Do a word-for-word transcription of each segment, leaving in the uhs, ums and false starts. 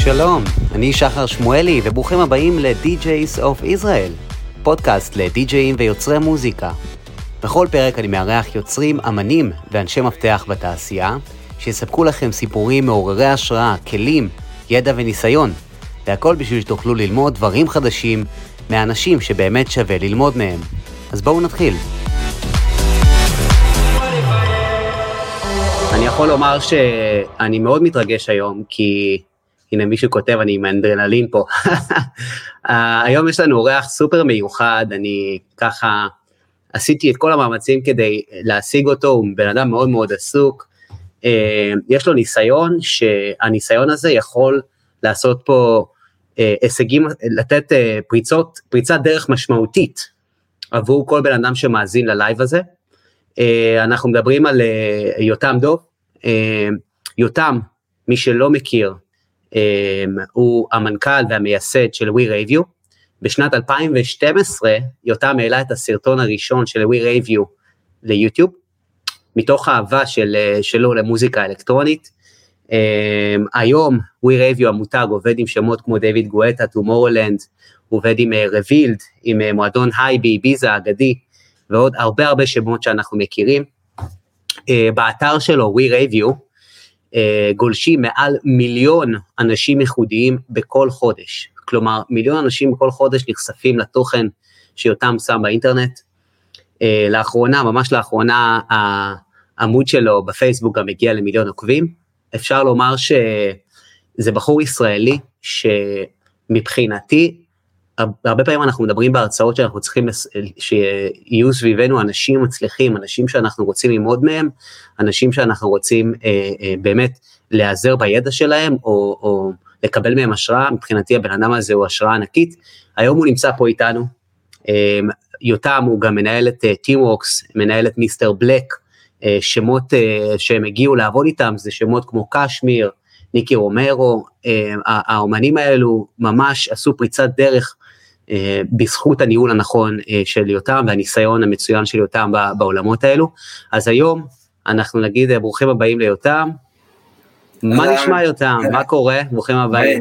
שלום, אני שחר שמואלי וברוכים הבאים ל-די ג'י'ס of Israel, פודקאסט לדי-ג'אים ויוצרי מוזיקה. בכל פרק אני מארח יוצרים, אמנים ואנשי מפתח בתעשייה, שיספקו לכם סיפורים מעוררי השראה, כלים, ידע וניסיון, והכל בשביל שתוכלו ללמוד דברים חדשים מאנשים שבאמת שווה ללמוד מהם. אז בואו נתחיל. אני יכול לומר שאני מאוד מתרגש היום, כי הנה מישהו כותב, אני עם האנדרנלין פה. היום יש לנו אורח סופר מיוחד, אני ככה עשיתי את כל המאמצים כדי להשיג אותו, הוא בן אדם מאוד מאוד עסוק, יש לו ניסיון, שהניסיון הזה יכול לעשות פה הישגים, לתת פריצות, פריצת דרך משמעותית, עבור כל בן אדם שמאזין ללייב הזה. אנחנו מדברים על יותם דוב, יותם, מי שלא מכיר, הוא המנכ"ל והמייסד של WeReview. בשנת אלפיים ושתים עשרה יותם העלה את הסרטון הראשון של WeReview ליוטיוב, מתוך האהבה של, שלו למוזיקה אלקטרונית. היום WeReview המותג עובד עם שמות כמו דיוויד גואטה, טומורלנד, הוא עובד עם רבילד, עם מועדון הייבי, ביזה, אגדי, ועוד הרבה הרבה שמות שאנחנו מכירים. באתר שלו WeReview, גולשים מעל מיליון אנשים ייחודיים בכל חודש, כלומר מיליון אנשים בכל חודש נחשפים לתוכן שיותם שם באינטרנט. לאחרונה, ממש לאחרונה, העמוד שלו בפייסבוק גם הגיע למיליון עוקבים. אפשר לומר שזה בחור ישראלי שמבחינתי, הרבה פעמים אנחנו מדברים בהרצאות שאנחנו צריכים שיהיו סביבנו אנשים מצליחים, אנשים שאנחנו רוצים ללמוד מהם, אנשים שאנחנו רוצים אה, אה, באמת להיעזר בידע שלהם, או, או לקבל מהם השראה. מבחינתי הבן אדם הזה הוא השראה ענקית. היום הוא נמצא פה איתנו, אה, יותם הוא גם מנהל את אה, TeamWorks, מנהל את מיסטר בלק, אה, שמות אה, שהם הגיעו לעבוד איתם, זה שמות כמו קשמיר, ניקי רומרו, אה, האומנים האלו ממש עשו פריצת דרך, בזכות הניהול הנכון של יותם, והניסיון המצוין של יותם בעולמות האלו. אז היום אנחנו נגיד ברוכים הבאים ליותם. מה נשמע יותם? מה קורה? ברוכים הבאים.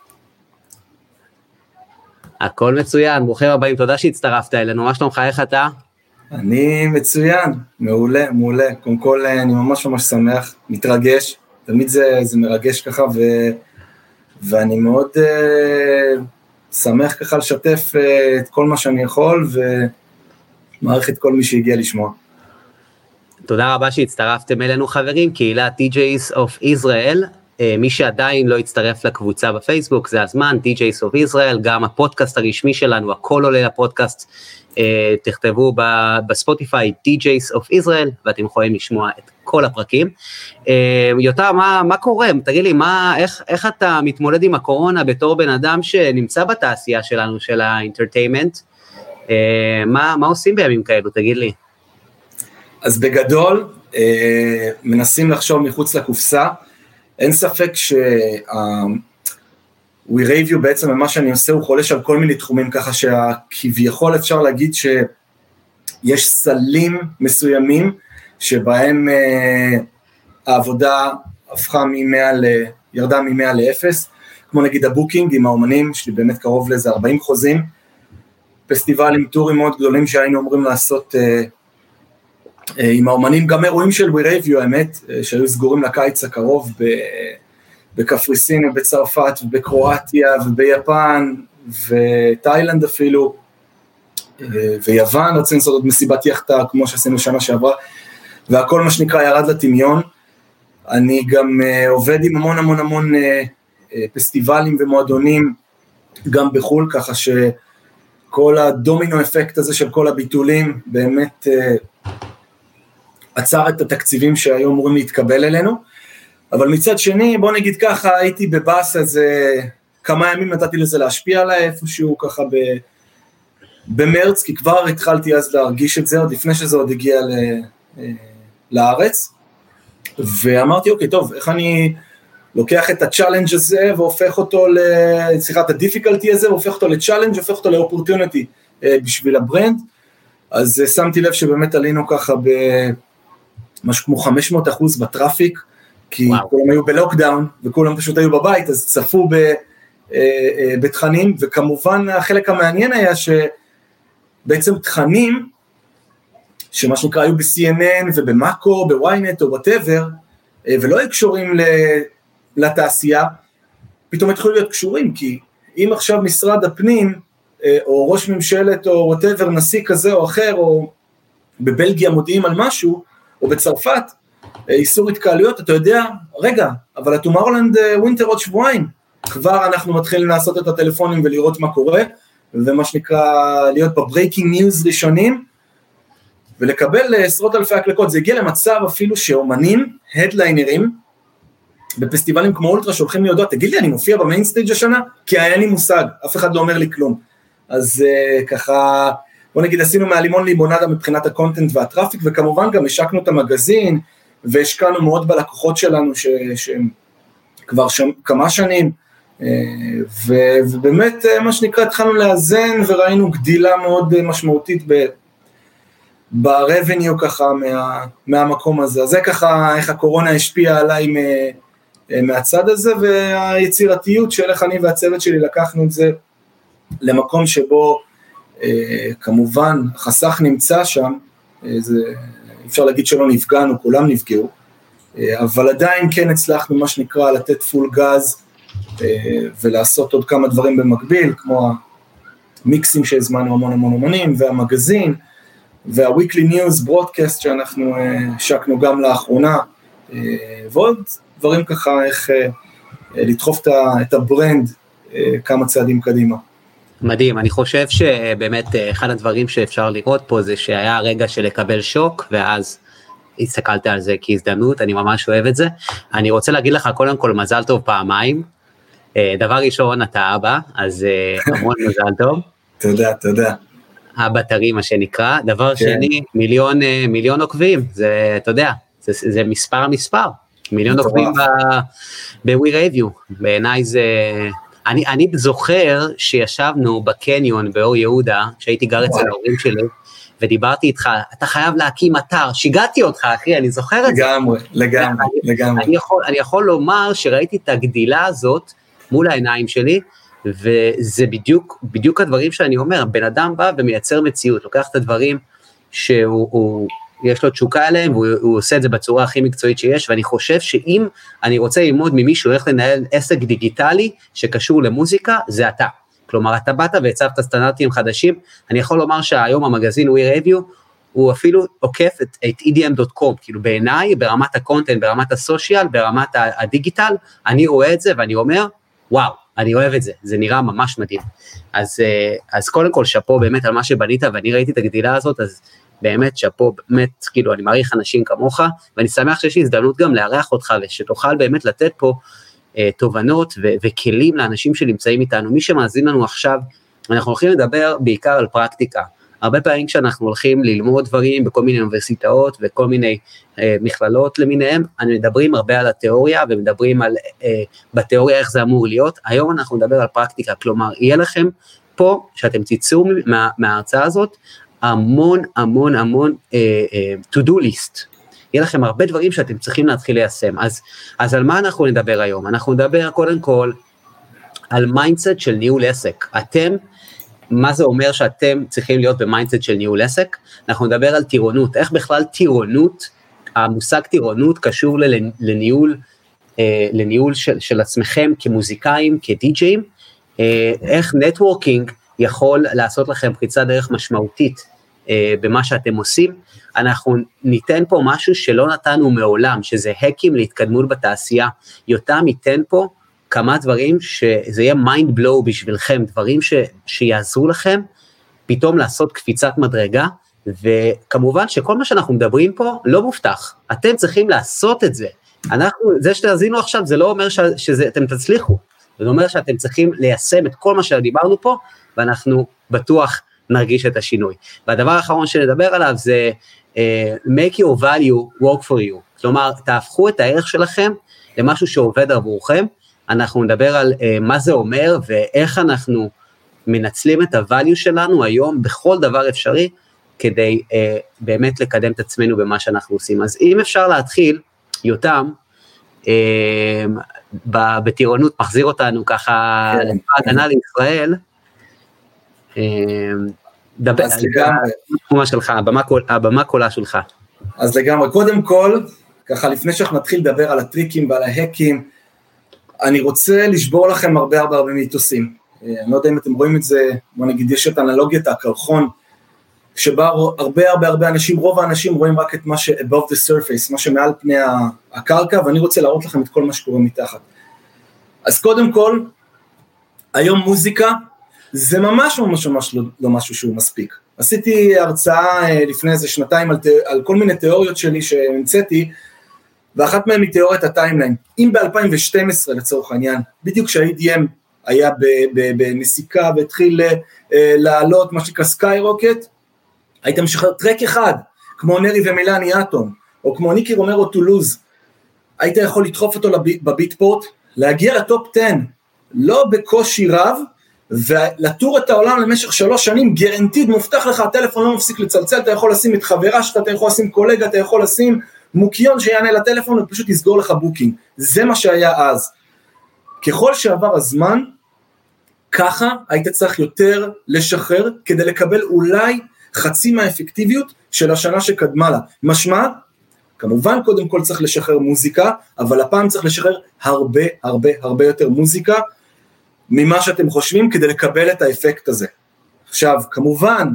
הכל מצוין, ברוכים הבאים, תודה שהצטרפת אלינו. מה שלומך, איך אתה? אני מצוין, מעולה, מעולה. קודם כל אני ממש ממש שמח, מתרגש, תמיד זה, זה מרגש ככה, ו, ואני מאוד שמח ככה לשתף את כל מה שאני יכול, ומעריך את כל מי שהגיע לשמוע. תודה רבה שהצטרפתם אלינו חברים, קהילת די ג'י'ס of Israel, מי שעדיין לא הצטרף לקבוצה בפייסבוק, זה הזמן, די ג'י'ס of Israel, גם הפודקאסט הרשמי שלנו, הכל עולה לפודקאסט, תכתבו בספוטיפיי די ג'י'ס of Israel, ואתם יכולים לשמוע את כל הפרקים. יותם, מה, מה קורה? תגיד לי, מה, איך, איך אתה מתמודד עם הקורונה בתור בן אדם שנמצא בתעשייה שלנו, של האינטרטיימנט? מה, מה עושים בימים כאלו? תגיד לי. אז בגדול, מנסים לחשוב מחוץ לקופסה, אין ספק שה-WeReview בעצם מה שאני עושה, הוא חולש על כל מיני תחומים, ככה שכביכול אפשר להגיד שיש סלים מסוימים, שבהם uh, העבודה הפכה ממאה ל... ירדה ממאה לאפס, כמו נגיד הבוקינג עם האומנים, שלי באמת קרוב לזה ארבעים חוזים, פסטיבלים, טורים מאוד גדולים שהיינו אומרים לעשות uh, uh, עם האומנים, גם אירועים של WeReview, האמת, uh, שהיו סגורים לקיץ הקרוב, ב... בקפריסין ובצרפת ובקרואטיה וביפן ותאילנד אפילו, uh, ויוון, רצינו לעשות עוד מסיבת יחטה, כמו שעשינו שנה שעברה, והכל מה שנקרא ירד לטמיון. אני גם uh, עובד עם המון המון המון uh, uh, פסטיבלים ומועדונים, גם בחול, ככה שכל הדומינו אפקט הזה של כל הביטולים, באמת uh, עצר את התקציבים שהיו אמורים להתקבל אלינו, אבל מצד שני, בוא נגיד ככה, הייתי בבאס איזה כמה ימים, נתתי לזה להשפיע עליי, איפשהו ככה ב... במרץ, כי כבר התחלתי אז להרגיש את זה, עוד לפני שזה עוד הגיע ל... לארץ, ואמרתי, אוקיי, טוב, איך אני לוקח את הצ'אלנג' הזה, והופך אותו, סליחה, את הדיפיקלטי הזה, והופך אותו לצ'אלנג', והופך אותו לאופורטיוניטי בשביל הברנד. אז שמתי לב שבאמת עלינו ככה במשהו כמו חמש מאות אחוז בטראפיק, כי וואו. כולם היו בלוקדאון, וכולם פשוט היו בבית, אז צפו ב, בתכנים, וכמובן החלק המעניין היה שבעצם תכנים, שמה שנקרא היו ב-סי אן אן ובמאקו, בוויינט או whatever, ולא היו קשורים לתעשייה, פתאום התחילו להיות קשורים, כי אם עכשיו משרד הפנים, או ראש ממשלת או whatever, נשיא כזה או אחר, או בבלגיה מודיעים על משהו, או בצרפת, איסור התקהלויות, אתה יודע, רגע, אבל הטומורלנד ווינטר עוד שבועיים, כבר אנחנו מתחילים לעשות את הטלפונים ולראות מה קורה, ומה שנקרא להיות בברייקינג ניוז ראשונים, ולקבל עשרות אלפי הקלקות. זה הגיע למצב אפילו שאומנים, הדליינרים, בפסטיבלים כמו אולטרה שהולכים לי יודעות, תגיד לי, אני מופיע במיינסטייג' השנה? כי היה לי מושג, אף אחד לא אומר לי כלום. אז uh, ככה, בוא נגיד, עשינו מהלימון לימונדה מבחינת הקונטנט והטראפיק, וכמובן גם השקנו את המגזין, והשקענו מאוד בלקוחות שלנו, שהם כבר שם, כמה שנים, uh, ו- ובאמת, uh, מה שנקרא, התחלנו לאזן, וראינו גדילה מאוד משמעותית ב- ברבניו ככה מה, מהמקום הזה. אז זה ככה איך הקורונה השפיעה עליי מ, מהצד הזה, והיצירתיות של איך אני והצוות שלי לקחנו את זה למקום שבו אה, כמובן חסך נמצא שם, אה, זה, אפשר להגיד שלא נפגענו, כולם נפגעו, אה, אבל עדיין כן הצלחנו מה שנקרא לתת פול גז, אה, ולעשות עוד כמה דברים במקביל, כמו המיקסים שהזמנו המון המון המונים, והמגזין, וה-weekly news broadcast שאנחנו שקנו גם לאחרונה, ועוד דברים ככה, איך לדחוף את הברנד כמה צעדים קדימה. מדהים, אני חושב שבאמת אחד הדברים שאפשר לראות פה זה שהיה רגע של לקבל שוק, ואז הסתכלת על זה כהזדמנות, אני ממש אוהב את זה. אני רוצה להגיד לך קודם כל מזל טוב פעמיים, דבר ראשון אתה אבא, אז המון מזל טוב. תודה, תודה. הבטרי, מה שנקרא. דבר כן. שני, מיליון, מיליון עוקבים, זה, אתה יודע, זה, זה מספר המספר, מיליון עוקבים ב-We Review, בעיניי זה, אני, אני זוכר שישבנו בקניון באור יהודה, שהייתי גר אצל ההורים שלי, ודיברתי איתך, אתה חייב להקים אתר, שיגעתי אותך אחי, אני זוכר את זה. לגמרי, לגמרי, אני, לגמרי. אני יכול, אני יכול לומר שראיתי את הגדילה הזאת, מול העיניים שלי, וזה בדיוק, בדיוק הדברים שאני אומר, בן אדם בא ומייצר מציאות, לוקח את הדברים שהוא, הוא, יש לו תשוקה עליהם, והוא הוא עושה את זה בצורה הכי מקצועית שיש, ואני חושב שאם אני רוצה ללמוד ממישהו, איך לנהל עסק דיגיטלי, שקשור למוזיקה, זה אתה. כלומר, אתה באת והצבת סטנדרטים חדשים, אני יכול לומר שהיום המגזין We Review, הוא אפילו עוקף את, את אי די אם דוט קום, כאילו בעיניי, ברמת הקונטנט, ברמת הסושיאל, ברמת הדיגיטל, אני רואה את זה ואני אומר, וואו, אני אוהב את זה, זה נראה ממש מדהים. אז, אז קודם כל שפו באמת על מה שבנית, ואני ראיתי את הגדילה הזאת, אז באמת שפו, באמת, כאילו, אני מעריך אנשים כמוך, ואני שמח שיש לי הזדמנות גם לארח אותך, ושתוכל באמת לתת פה אה, תובנות ו- וכלים לאנשים שנמצאים איתנו. מי שמאזין לנו עכשיו, אנחנו הולכים לדבר בעיקר על פרקטיקה. הרבה פעמים כשאנחנו הולכים ללמוד דברים בכל מיני אוניברסיטאות וכל מיני אה, מכללות למיניהם, אנחנו מדברים הרבה על התיאוריה ומדברים על, אה, בתיאוריה איך זה אמור להיות. היום אנחנו נדבר על פרקטיקה, כלומר, יהיה לכם פה, שאתם תצאו מה, מההרצאה הזאת, המון המון המון אה, אה, to do list. יהיה לכם הרבה דברים שאתם צריכים להתחיל ליישם. אז, אז על מה אנחנו נדבר היום? אנחנו נדבר קודם כל על מיינדסט של ניהול עסק. אתם, מה זה אומר שאתם צריכים להיות במיינדסט של ניהול עסק? אנחנו נדבר על טירונות, איך בכלל טירונות, המושג טירונות קשור לניהול, לניהול של, של עצמכם כמוזיקאים, כדי-ג'יים, איך נטוורקינג יכול לעשות לכם פריצה דרך משמעותית במה שאתם עושים. אנחנו ניתן פה משהו שלא נתנו מעולם, שזה הקים להתקדמות בתעשייה. יותם ייתן פה כמה דברים שזה יהיה mind blow בשבילכם, דברים ש, שיעזרו לכם פתאום לעשות קפיצת מדרגה, וכמובן שכל מה שאנחנו מדברים פה לא מובטח, אתם צריכים לעשות את זה. אנחנו, זה שתאזינו עכשיו, זה לא אומר ש, שזה, אתם תצליחו, זה אומר שאתם צריכים ליישם את כל מה שדיברנו פה, ואנחנו בטוח נרגיש את השינוי. והדבר האחרון שנדבר עליו זה, uh, make your value work for you, כלומר, תהפכו את הערך שלכם למשהו שעובד עבורכם. אנחנו נדבר על uh, מה זה אומר, ואיך אנחנו מנצלים את ה-value שלנו היום, בכל דבר אפשרי, כדי uh, באמת לקדם את עצמנו במה שאנחנו עושים. אז אם אפשר להתחיל, יותם, uh, בטירונות מחזיר אותנו ככה להגנה לישראל, דבר, מה שלך, הבמה קולה שלך. אז לגמרי, קודם כל, ככה לפני שאנחנו נתחיל לדבר על הטריקים ועל ההקים, אני רוצה לשבור לכם הרבה הרבה הרבה מיתוסים. אני לא יודע אם אתם רואים את זה, בוא נגיד, יש את אנלוגיית הקרחון, שבה הרבה הרבה הרבה אנשים, רוב האנשים רואים רק את מה ש- above the surface, מה שמעל פני הקרקע, ואני רוצה להראות לכם את כל מה שקורה מתחת. אז קודם כל, היום מוזיקה, זה ממש ממש ממש לא, לא משהו שהוא מספיק. עשיתי הרצאה לפני איזה שנתיים על, על כל מיני תיאוריות שלי שהמצאתי, ואחת מהן היא תיאוריית הטיימליין. אם ב-אלפיים ושתים עשרה לצורך העניין, בדיוק כשה-E D M היה בנסיקה והתחיל לעלות מה שנקרא סקאי רוקט, היית משחרר טרק אחד, כמו נרי ומילני אטום, או כמו ניקי רומרו טולוז, היית יכול לדחוף אותו בביטפורט, להגיע לטופ עשר, לא בקושי רב, ולטור את העולם למשך שלוש שנים, גרנטיד, מובטח לך, הטלפון לא מפסיק לצלצל, אתה יכול לשים את חברה שלך, אתה יכול לשים קולגה, אתה יכול לשים מוקיון שיענה לטלפון, ופשוט יסגור לך בוקינג, זה מה שהיה אז. ככל שעבר הזמן, ככה היית צריך יותר לשחרר, כדי לקבל אולי חצי מהאפקטיביות של השנה שקדמה לה. משמע, כמובן קודם כל צריך לשחרר מוזיקה, אבל הפעם צריך לשחרר הרבה הרבה הרבה יותר מוזיקה, ממה שאתם חושבים כדי לקבל את האפקט הזה. עכשיו, כמובן,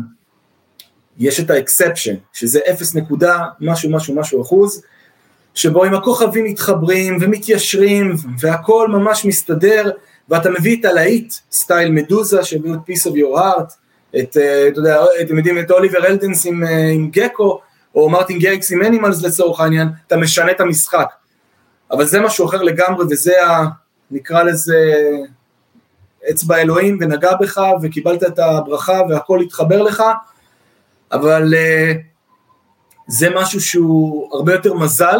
יש את האקספשן, שזה אפס נקודה משהו משהו משהו אחוז, שבו עם הכוכבים מתחברים ומתיישרים, והכל ממש מסתדר, ואתה מביא את הלהיט, סטייל מדוזה, שהביאו את Piece of Your Heart, את, אתה יודע, אתם יודעים, את אוליבר אלדנס עם, עם גקו, או מרטין גריקס עם אנימלס לצורך העניין, אתה משנה את המשחק. אבל זה משהו אחר לגמרי, וזה ה, נקרא לזה, אצבע אלוהים, ונגע בך, וקיבלת את הברכה, והכל התחבר לך, אבל זה משהו שהוא הרבה יותר מזל,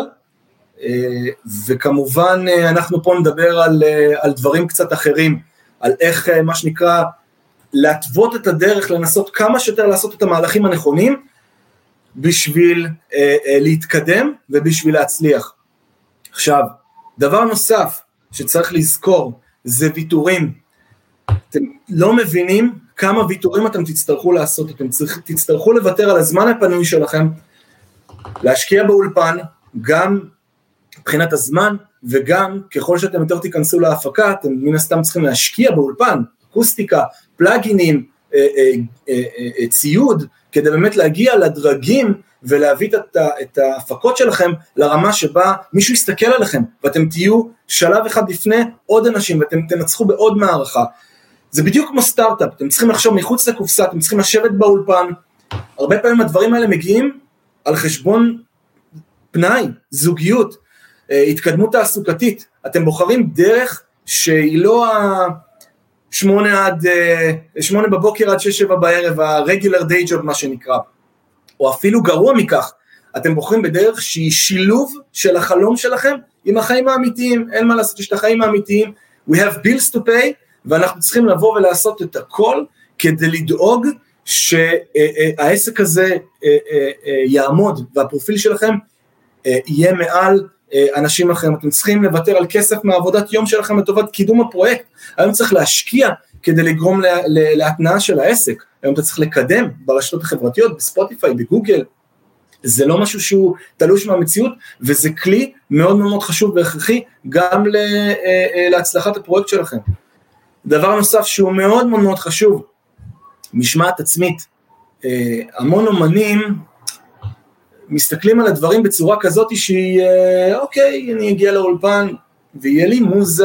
וכמובן אנחנו פה נדבר על, על דברים קצת אחרים, על איך מה שנקרא, להתוות את הדרך, לנסות כמה שיותר לעשות את המהלכים הנכונים, בשביל אה, אה, להתקדם ובשביל להצליח. עכשיו, דבר נוסף שצריך לזכור, זה ויתורים. אתם לא מבינים כמה ויתורים אתם תצטרכו לעשות, אתם צריך, תצטרכו לוותר על הזמן הפנוי שלכם, להשקיע באולפן, גם מבחינת הזמן, וגם ככל שאתם יותר תיכנסו להפקה, אתם מן הסתם צריכים להשקיע באולפן, אקוסטיקה, פלאגינים, ציוד, כדי באמת להגיע לדרגים, ולהביא את ההפקות שלכם, לרמה שבה מישהו יסתכל עליכם, ואתם תהיו שלב אחד לפני עוד אנשים, ואתם תנצחו בעוד מערכה. זה בדיוק כמו סטארט-אפ, אתם צריכים לחשוב מחוץ לקופסה, אתם צריכים לשבת באולפן, הרבה פעמים הדברים האלה מגיעים, על חשבון פנאי, זוגיות, התקדמות תעסוקתית, אתם בוחרים דרך, שהיא לא ה... שמונה עד, שמונה בבוקר עד שש שבע בערב, ה-regular day job מה שנקרא, או אפילו גרוע מכך, אתם בוחרים בדרך שהיא שילוב של החלום שלכם, עם החיים האמיתיים, אין מה לעשות, יש את החיים האמיתיים, we have bills to pay, ואנחנו צריכים לבוא ולעשות את הכל, כדי לדאוג שהעסק הזה יעמוד, והפרופיל שלכם יהיה מעל אנשים אחרים, אתם צריכים לוותר על כסף מהעבודת יום שלכם לטובת קידום הפרויקט, היום צריך להשקיע כדי לגרום להתנאה של העסק, היום אתה צריך לקדם ברשתות החברתיות, בספוטיפיי, בגוגל, זה לא משהו שהוא תלוש מהמציאות, וזה כלי מאוד מאוד חשוב והכרחי, גם להצלחת הפרויקט שלכם. דבר נוסף שהוא מאוד מאוד מאוד חשוב, משמעת עצמית, המון אומנים, מסתכלים על הדברים בצורה כזאת שהיא, אוקיי, אני אגיע לאולפן, ויהיה לי מוזה,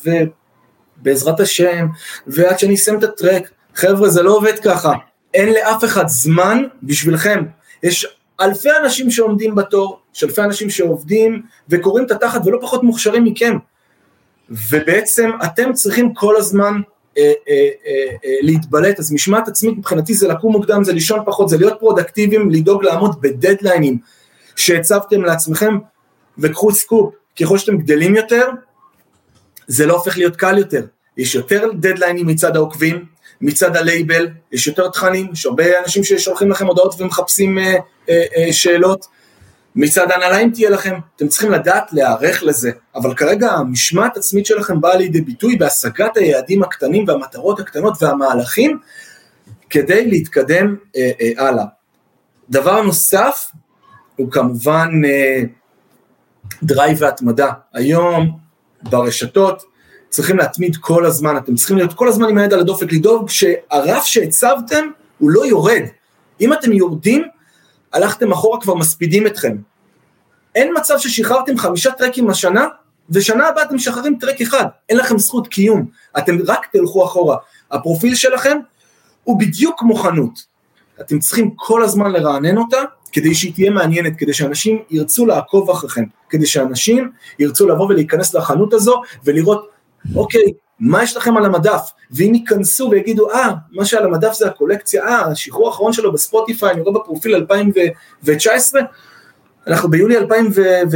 ובעזרת השם, ועד שאני אסיים את הטרק, חבר'ה, זה לא עובד ככה, אין לאף אחד זמן בשבילכם, יש אלפי אנשים שעומדים בתור, יש אלפי אנשים שעובדים, וקוראים את התחת, ולא פחות מוכשרים מכם, ובעצם אתם צריכים כל הזמן, אה, אה, אה, אה, להתבלט, אז משמעת עצמית מבחינתי זה לקום מוקדם, זה לישון פחות, זה להיות פרודקטיביים, לדאוג לעמוד בדדליינים שהצבתם לעצמכם, וקחו סקופ, ככל שאתם גדלים יותר, זה לא הופך להיות קל יותר, יש יותר דדליינים מצד העוקבים, מצד הלייבל, יש יותר תכנים, יש הרבה אנשים ששולחים לכם הודעות ומחפשים אה, אה, אה, שאלות, מצד הנעליים תהיה לכם, אתם צריכים לדעת להיערך לזה, אבל כרגע המשמעת עצמית שלכם באה לידי ביטוי בהשגת היעדים הקטנים והמטרות הקטנות והמהלכים, כדי להתקדם אה, אה, הלאה. דבר נוסף, הוא כמובן אה, דרייב והתמדה. היום ברשתות צריכים להתמיד כל הזמן, אתם צריכים להיות כל הזמן עם היד על הדופק, לדאוג שהרף שהצבתם הוא לא יורד. אם אתם יורדים, הלכתם אחורה, כבר מספידים אתכם. אין מצב ששחררתם חמישה טרקים השנה, ושנה הבאה אתם משחררים טרק אחד, אין לכם זכות קיום, אתם רק תלכו אחורה. הפרופיל שלכם הוא בדיוק כמו חנות, אתם צריכים כל הזמן לרענן אותה, כדי שהיא תהיה מעניינת, כדי שאנשים ירצו לעקוב אחריכם, כדי שאנשים ירצו לבוא ולהיכנס לחנות הזו, ולראות, אוקיי, מה יש לכם על המדף, ואם ייכנסו ויגידו, אה, מה שעל המדף זה הקולקציה, אה, השחרור האחרון שלו בספוטיפיי, אני רואה בפרופיל אלפיים תשע עשרה, אנחנו ביולי אלפיים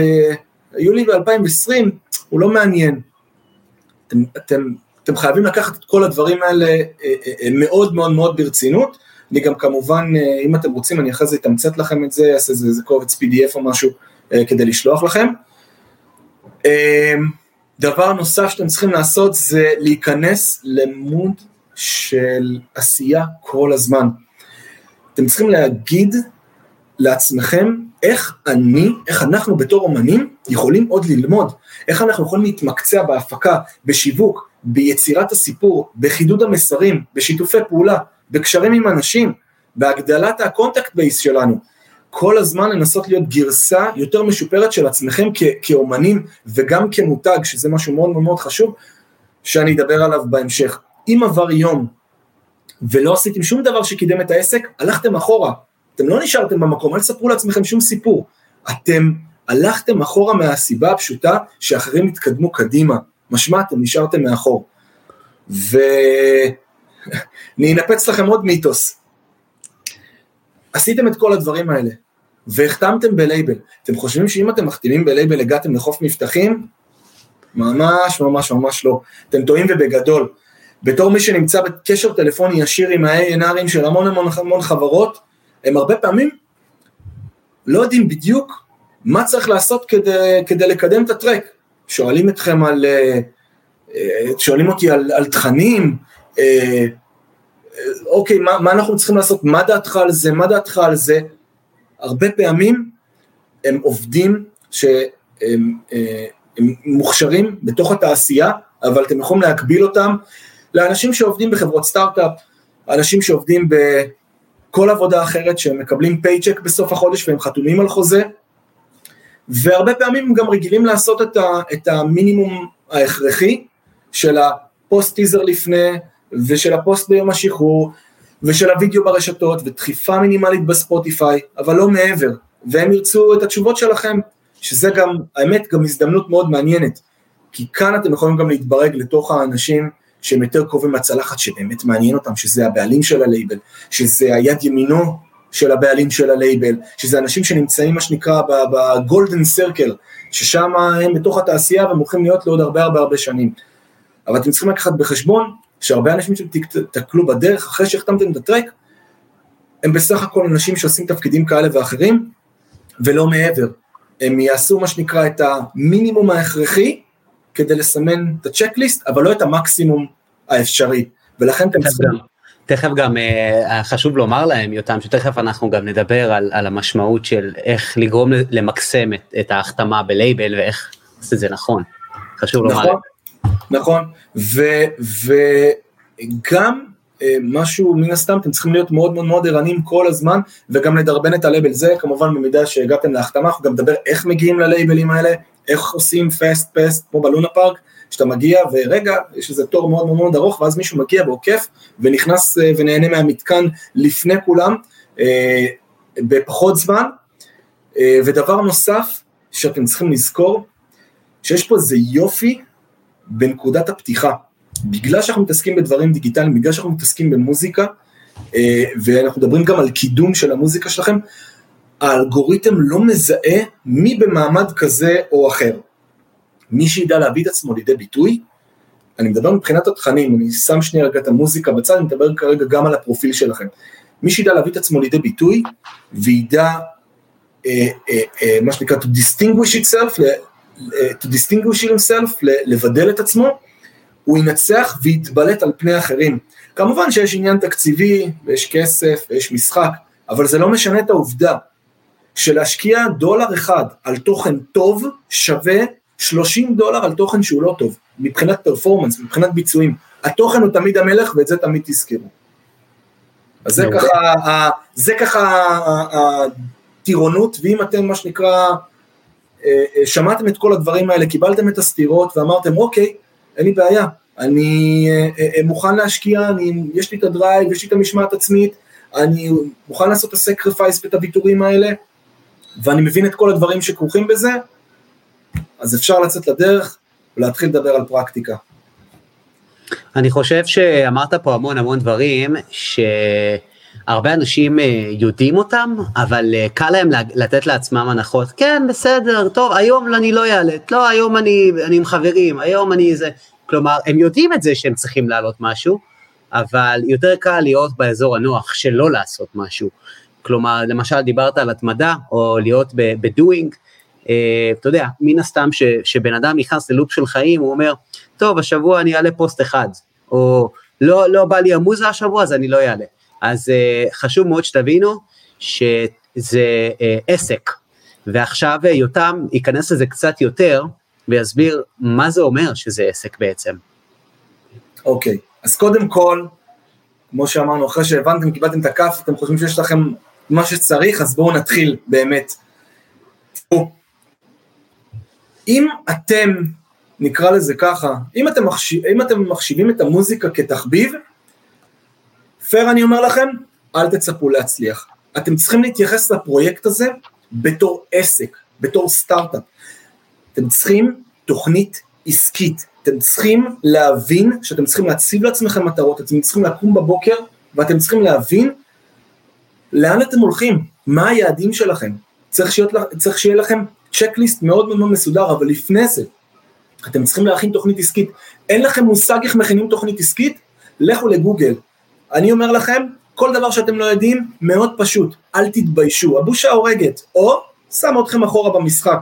ועשרים, הוא לא מעניין, אתם, אתם, אתם חייבים לקחת את כל הדברים האלה מאוד מאוד מאוד ברצינות, אני גם כמובן, אם אתם רוצים, אני אחרי זה אתמצת לכם את זה, אעשה איזה קובץ פי די אף או משהו, כדי לשלוח לכם. דבר נוסף שאתם צריכים לעשות, זה להיכנס למוד של עשייה כל הזמן. אתם צריכים להגיד לעצמכם, איך אני, איך אנחנו בתור אומנים, יכולים עוד ללמוד, איך אנחנו יכולים להתמקצע בהפקה, בשיווק, ביצירת הסיפור, בחידוד המסרים, בשיתופי פעולה, בקשרים עם אנשים, בהגדלת הקונטקט בייס שלנו, כל הזמן לנסות להיות גרסה יותר משופרת של עצמכם כ- כאומנים, וגם כמותג, שזה משהו מאוד מאוד חשוב, שאני אדבר עליו בהמשך. אם עבר יום, ולא עשיתם שום דבר שקידם את העסק, הלכתם אחורה, אתם לא נשארתם במקום, אל תספרו לעצמכם שום סיפור, אתם הלכתם אחורה מהסיבה הפשוטה, שאחרים התקדמו קדימה, משמע אתם נשארתם מאחור, ו... אני אנפץ לכם עוד מיתוס, עשיתם את כל הדברים האלה, והחתמתם בלייבל, אתם חושבים שאם אתם מחתימים בלייבל, הגעתם לחוף מבטחים? ממש ממש ממש לא, אתם טועים ובגדול, בתור מי שנמצא בקשר טלפוני ישיר עם ה-איי אן ארים של המון המון המון חברות, הם הרבה פעמים לא יודעים בדיוק מה צריך לעשות כדי, כדי לקדם את הטרק, שואלים אתכם על, שואלים אותי על, על תכנים, אוקיי, מה, מה אנחנו צריכים לעשות, מה דעתך על זה, מה דעתך על זה, הרבה פעמים הם עובדים שהם הם מוכשרים בתוך התעשייה, אבל אתם יכולים להקביל אותם לאנשים שעובדים בחברות סטארט-אפ, אנשים שעובדים בכל עבודה אחרת, שהם מקבלים פייצ'ק בסוף החודש, והם חתומים על חוזה, והרבה פעמים הם גם רגילים לעשות את, ה, את המינימום ההכרחי, של הפוסט טיזר לפני, ושל הפוסט ביום השחרור, ושל הוידאו ברשתות, ודחיפה מינימלית בספוטיפיי, אבל לא מעבר, והם ירצו את התשובות שלכם, שזה גם, האמת, גם הזדמנות מאוד מעניינת, כי כאן אתם יכולים גם להתברג לתוך האנשים, שהם יותר קרובים מהצלחת, שבאמת מעניין אותם, שזה הבעלים של הלייבל, שזה היד ימינו של הבעלים של הלייבל, שזה אנשים שנמצאים, מה שנקרא, בגולדן סרקל, ששם הם בתוך התעשייה, והם הולכים להיות לעוד הרבה הרבה הרבה שנים, אבל אתם צריכים לקחת בחשבון, שהרבה אנשים שתקלו בדרך, אחרי שהחתמתם את הטרק, הם בסך הכל אנשים שעושים תפקידים כאלה ואחרים, ולא מעבר, הם יעשו מה שנקרא את המינימום ההכרחי, כדי לסמן את הצ'קליסט, אבל לא את המקסימום האפשרי, ולכן אתם צריכים... תכף גם חשוב לומר להם, יותם, שתכף אנחנו גם נדבר על, על המשמעות של איך לגרום למקסם את, את ההחתמה בלייבל, ואיך עושה את זה נכון, חשוב לומר להם. נכון, וגם משהו מן הסתם, אתם צריכים להיות מאוד מאוד מאוד ערניים כל הזמן, וגם לדרבן את הלייבל, זה כמובן במידה שהגעתם להחתמה, אנחנו גם נדבר איך מגיעים ללייבלים האלה, איך עושים פסט פסט, כמו בלונה פארק, שאתה מגיע ורגע, יש איזה תור מאוד מאוד ארוך, ואז מישהו מגיע ועוקף, ונכנס ונהנה מהמתקן לפני כולם, בפחות זמן, ודבר נוסף, שאתם צריכים לזכור, שיש פה איזה יופי, בנקודת הפתיחה, בגלל שאנחנו מתעסקים בדברים דיגיטליים, בגלל שאנחנו מתעסקים במוזיקה, ואנחנו מדברים גם על קידום של המוזיקה שלכם, האלגוריתם לא מזהה מי במעמד כזה או אחר, מי שידע להביא את עצמו לידי ביטוי, אני מדבר מבחינת התכנים, אני שם שנייה רגע את המוזיקה בצד, אני מדבר כרגע גם על הפרופיל שלכם, מי שידע להביא את עצמו לידי ביטוי, וידע מה שנקרא to distinguish itself, to distinguish himself, לבדל את עצמו, הוא ינצח ויתבלט על פני אחרים. כמובן שיש עניין תקציבי, ויש כסף, ויש משחק, אבל זה לא משנה את העובדה, שלהשקיע דולר אחד על תוכן טוב, שווה שלושים דולר על תוכן שהוא לא טוב, מבחינת פרפורמנס, מבחינת ביצועים. התוכן הוא תמיד המלך, ואת זה תמיד תזכרו. אז זה ככה, זה ככה הטירונות, ואם אתם מה שנקרא, שמעתם את כל הדברים האלה, קיבלתם את הסתירות, ואמרתם, אוקיי, אין לי בעיה, אני מוכן להשקיע, אני, יש לי את הדרייב, יש לי את המשמעת עצמית, אני מוכן לעשות את הסקריפייס ואת הוויתורים האלה, ואני מבין את כל הדברים שכרוכים בזה, אז אפשר לצאת לדרך, ולהתחיל לדבר על פרקטיקה. אני חושב שאמרת פה המון המון דברים, שהרבה אנשים יודעים אותם, אבל קל להם לתת לעצמם הנחות, כן, בסדר, טוב, היום אני לא יעלת, לא, היום אני, אני עם חברים, היום אני זה, כלומר, הם יודעים את זה שהם צריכים לעלות משהו, אבל יותר קל להיות באזור הנוח, שלא לעשות משהו, כלומר, למשל דיברת על התמדה, או להיות בדואינג, אתה יודע, מן הסתם ש, שבן אדם נכנס ללופ של חיים, הוא אומר, טוב, השבוע אני אעלה פוסט אחד, או לא, לא בא לי המוזה השבוע, אז אני לא אעלה. אז uh, חשוב מאוד שתבינו, שזה uh, עסק, ועכשיו uh, יותם ייכנס לזה קצת יותר, ויסביר מה זה אומר שזה עסק בעצם. אוקיי, okay. אז קודם כל, כמו שאמרנו, אחרי שהבנתם, קיבלתם את הכף, אתם חושבים שיש לכם מה שצריך, אז בואו נתחיל באמת. אם אתם, נקרא לזה ככה, אם אתם, מחשיב, אם אתם מחשיבים את המוזיקה כתחביב, פייר אני אומר לכם, אל תצפו להצליח. אתם צריכים להתייחס לפרויקט הזה בתור עסק, בתור סטארט-אפ. אתם צריכים תוכנית עסקית. אתם צריכים להבין שאתם צריכים להציב לעצמכם מטרות, אתם צריכים לקום בבוקר, ואתם צריכים להבין לאן אתם הולכים, מה היעדים שלכם. צריך שיהיה, צריך שיהיה לכם צ'קליסט מאוד מאוד מסודר, אבל לפני זה, אתם צריכים להכין תוכנית עסקית. אין לכם מושג איך מכינים תוכנית עסקית? לכו לגוגל. אני אומר לכם, כל דבר שאתם לא יודעים, מאוד פשוט, אל תתביישו, הבושה הורגת, או שם אתכם אחורה במשחק,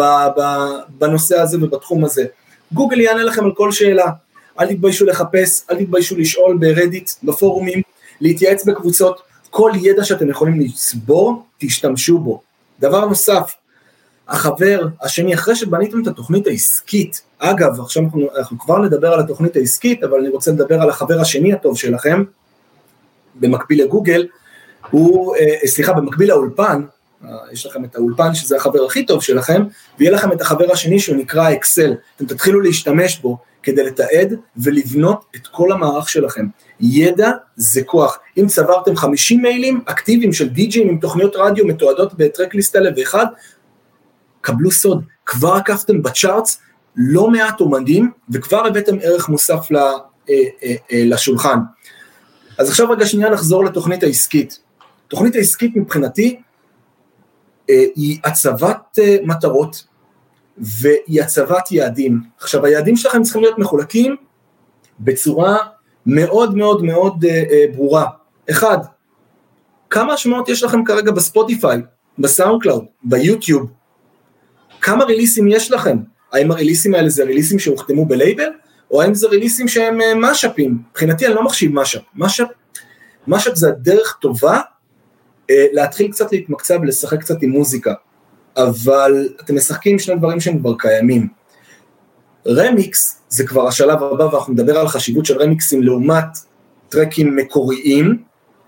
בנושא הזה ובתחום הזה. גוגל יענה לכם על כל שאלה, אל תתביישו לחפש, אל תתביישו לשאול ברדיט, בפורומים, להתייעץ בקבוצות, כל ידע שאתם יכולים לצבור, תשתמשו בו. דבר נוסף, החבר השני, אחרי שבניתם את התוכנית העסקית, אגב, עכשיו אנחנו, אנחנו כבר נדבר על התוכנית העסקית, אבל אני רוצה לדבר על החבר השני הטוב שלכם, במקביל לגוגל, הוא, סליחה, במקביל לאולפן, יש לכם את האולפן שזה החבר הכי טוב שלכם, ויהיה לכם את החבר השני שהוא נקרא אקסל, אתם תתחילו להשתמש בו, כדי לתעד ולבנות את כל המערך שלכם. ידע זה כוח. אם צברתם חמישים מיילים אקטיביים של די-ג'ים עם תוכניות רדיו מתועדות בטרקליסט אלף ואחד, קבלו סוד, כבר עקפתם בצ'ארטס לא מעט אומנים, וכבר הבאתם ערך מוסף לשולחן. אז עכשיו רגע שנייה נחזור לתוכנית העסקית. תוכנית העסקית מבחינתי, היא הצבת מטרות, והיא הצבת יעדים. עכשיו, היעדים שלכם צריכים להיות מחולקים, בצורה מאוד מאוד מאוד ברורה. אחד, כמה השמעות יש לכם כרגע בספוטיפיי, בסאונד קלאוד, ביוטיוב, כמה ריליסים יש לכם? האם הריליסים האלה זה ריליסים שהוחתמו בלייבל, או האם זה ריליסים שהם משאפים? מבחינתי אני לא מחשיב משאפ. משאפ, משאפ זה הדרך טובה, להתחיל קצת להתמקצע ולשחק קצת עם מוזיקה, אבל אתם משחקים שני דברים שהם כבר קיימים. רמיקס זה כבר השלב הבא, ואנחנו נדבר על חשיבות של רמיקסים לעומת טרקים מקוריים,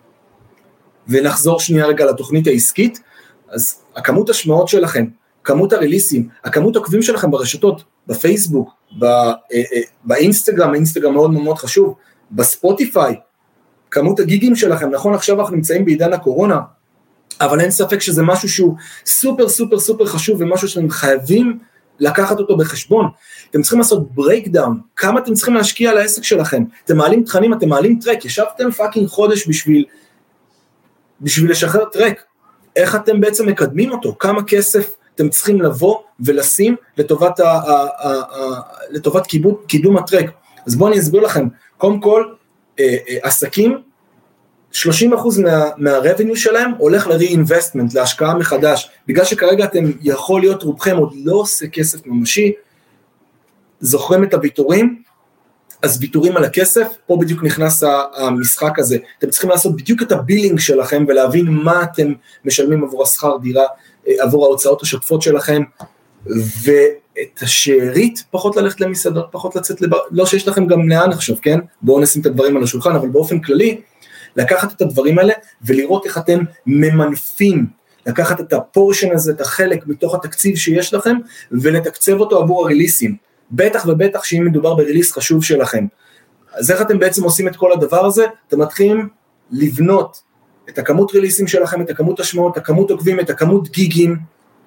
ונחזור שנייה רגע לתוכנית העסקית. אז הכמות השמעות שלכם, כמות הריליסים, הכמות עוקבים שלכם ברשתות, בפייסבוק, באינסטגרם, האינסטגרם מאוד מאוד חשוב, בספוטיפיי, כמות הגיגים שלכם, נכון עכשיו אנחנו נמצאים בעידן הקורונה, אבל אין ספק שזה משהו שהוא סופר סופר סופר חשוב, ומשהו שאתם חייבים לקחת אותו בחשבון. אתם צריכים לעשות ברייקדאון, כמה אתם צריכים להשקיע על העסק שלכם, אתם מעלים תכנים, אתם מעלים טרק, ישבתם פאקינג חודש בשביל, בשביל לשחרר טרק, איך אתם בעצם מקדמים אותו, כמה כסף אתם צריכים לבוא ולשים לטובת, ה, ה, ה, ה, לטובת קידום, קידום הטרק. אז בואו אני אסביר לכם, קודם כל, עסקים שלושים אחוז מה, מהרבניו שלהם הולך ל-re-investment, להשקעה מחדש, בגלל שכרגע אתם יכול להיות רובכם עוד לא עושה כסף ממשי, זוכרים את הוויתורים, אז ויתורים על הכסף, פה בדיוק נכנס המשחק הזה, אתם צריכים לעשות בדיוק את הבילינג שלכם, ולהבין מה אתם משלמים עבור השכר דירה, עבור ההוצאות השוטפות שלכם, ואת השארית, פחות ללכת למסעדות, פחות לצאת לבר, לא שיש לכם גם לאן עכשיו, כן? בואו נשים את הדברים על השולחן, אבל באופן כללי, לקחת את הדברים האלה, ולראות איך אתם ממנפים, לקחת את הפורשן הזה, את החלק מתוך התקציב שיש לכם, ולתקצב אותו עבור הריליסים, בטח ובטח שאם מדובר בריליס חשוב שלכם. אז איך אתם בעצם עושים את כל הדבר הזה? אתם מתחילים לבנות את הכמות ריליסים שלכם, את הכמות השמעות, את הכמות עוקבים, את הכמות גיגים,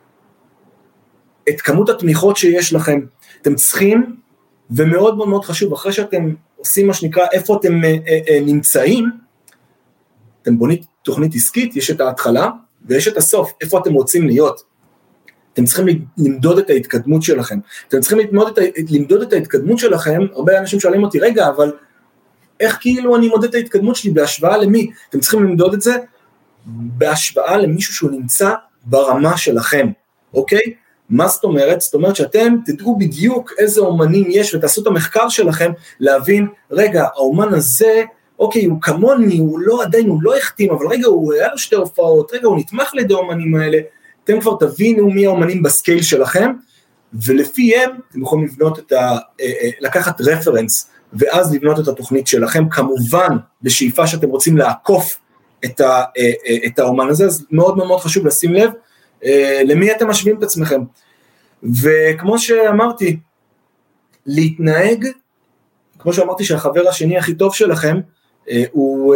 את כמות התמיכות שיש לכם. אתם צריכים, ומאוד מאוד מאוד חשוב, אחרי שאתם עושים מה שנקרא, איפה אתם אה, אה, נמצאים, אתם בונים תוכנית עסקית, יש את ההתחלה, ויש את הסוף, איפה אתם רוצים להיות. אתם צריכים למדוד את ההתקדמות שלכם. אתם צריכים למדוד את, למדוד את ההתקדמות שלכם, הרבה אנשים שואלים אותי, רגע, אבל איך כאילו אני מודד את ההתקדמות שלי, בהשוואה למי? אתם צריכים למדוד את זה, בהשוואה למישהו שהוא נמצא ברמה שלכם, אוקיי? מה זאת אומרת? זאת אומרת שאתם תדעו בדיוק איזה אומנים יש, ותעשו את המחקר שלכם, להבין, רגע, האומן הזה, אוקיי, הוא כמוני, הוא לא עדיין, הוא לא החתים, אבל רגע, הוא היה לו שתי הופעות, רגע, הוא נתמך לידי האומנים האלה, אתם כבר תבינו מי האומנים בסקייל שלכם, ולפיהם אתם יכולים לבנות את ה, לקחת רפרנס, ואז לבנות את התוכנית שלכם, כמובן בשאיפה שאתם רוצים לעקוף את, ה, את האומן הזה, אז מאוד מאוד חשוב לשים לב, למי אתם משווים את עצמכם, וכמו שאמרתי, להתנהג, כמו שאמרתי שהחבר השני הכי טוב שלכם, הוא,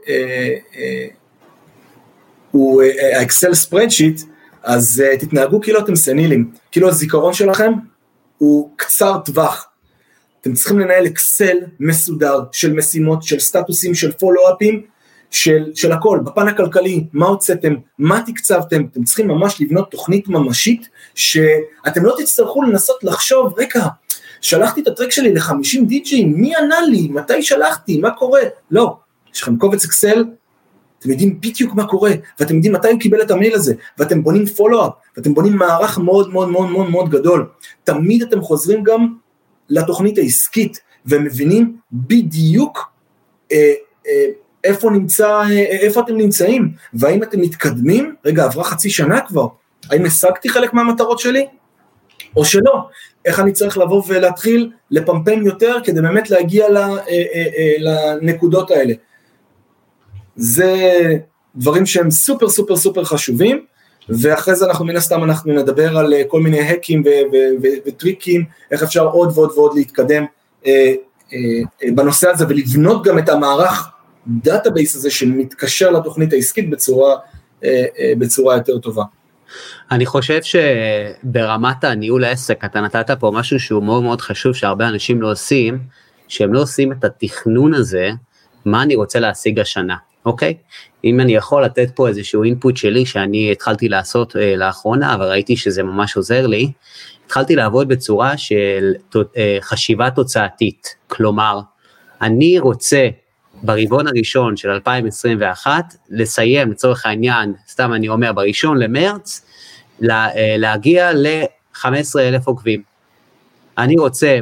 הוא האקסל ספרדשיט, אז uh, תתנהגו כאילו אתם סנילים, כאילו הזיכרון שלכם הוא קצר טווח, אתם צריכים לנהל אקסל מסודר של משימות, של סטטוסים, של פולו-אפים, של, של הכל, בפן הכלכלי, מה הוצאתם, מה תקצבתם, אתם צריכים ממש לבנות תוכנית ממשית, שאתם לא תצטרכו לנסות לחשוב, רגע, שלחתי את הטרק שלי ל-חמישים די-ג'ים, מי ענה לי, מתי שלחתי, מה קורה, לא, יש לכם קובץ אקסל, אתם יודעים בדיוק מה קורה, ואתם יודעים מתי הוא קיבל את המייל הזה, ואתם בונים פולו-אפ, ואתם בונים מערך מאוד מאוד מאוד מאוד מאוד גדול, תמיד אתם חוזרים גם לתוכנית העסקית, ומבינים בדיוק אה, אה, איפה נמצא, אה, איפה אתם נמצאים, והאם אתם מתקדמים, רגע עברה חצי שנה כבר, האם השגתי חלק מהמטרות שלי, או שלא, איך אני צריך לבוא ולהתחיל לפמפם יותר, כדי באמת להגיע לנקודות האלה, זה דברים שהם סופר סופר סופר חשובים, ואחרי זה אנחנו מן הסתם אנחנו נדבר על כל מיני האקים וטריקים, איך אפשר עוד ועוד ועוד להתקדם בנושא הזה, ולבנות גם את המערך דאטאבייס הזה, שמתקשר לתוכנית העסקית בצורה, בצורה יותר טובה. אני חושב שברמת הניהול העסק, אתה נתת פה משהו שהוא מאוד מאוד חשוב, שהרבה אנשים לא עושים, שהם לא עושים את התכנון הזה, מה אני רוצה להשיג השנה. אוקיי? אם אני יכול לתת פה איזשהו אינפוט שלי, שאני התחלתי לעשות אה, לאחרונה, אבל ראיתי שזה ממש עוזר לי, התחלתי לעבוד בצורה של אה, חשיבה תוצאתית, כלומר, אני רוצה ברבעון הראשון של אלפיים עשרים ואחת, לסיים לצורך העניין, סתם אני אומר, בראשון למרץ, לה, אה, להגיע ל-חמישה עשר אלף עוקבים. אני רוצה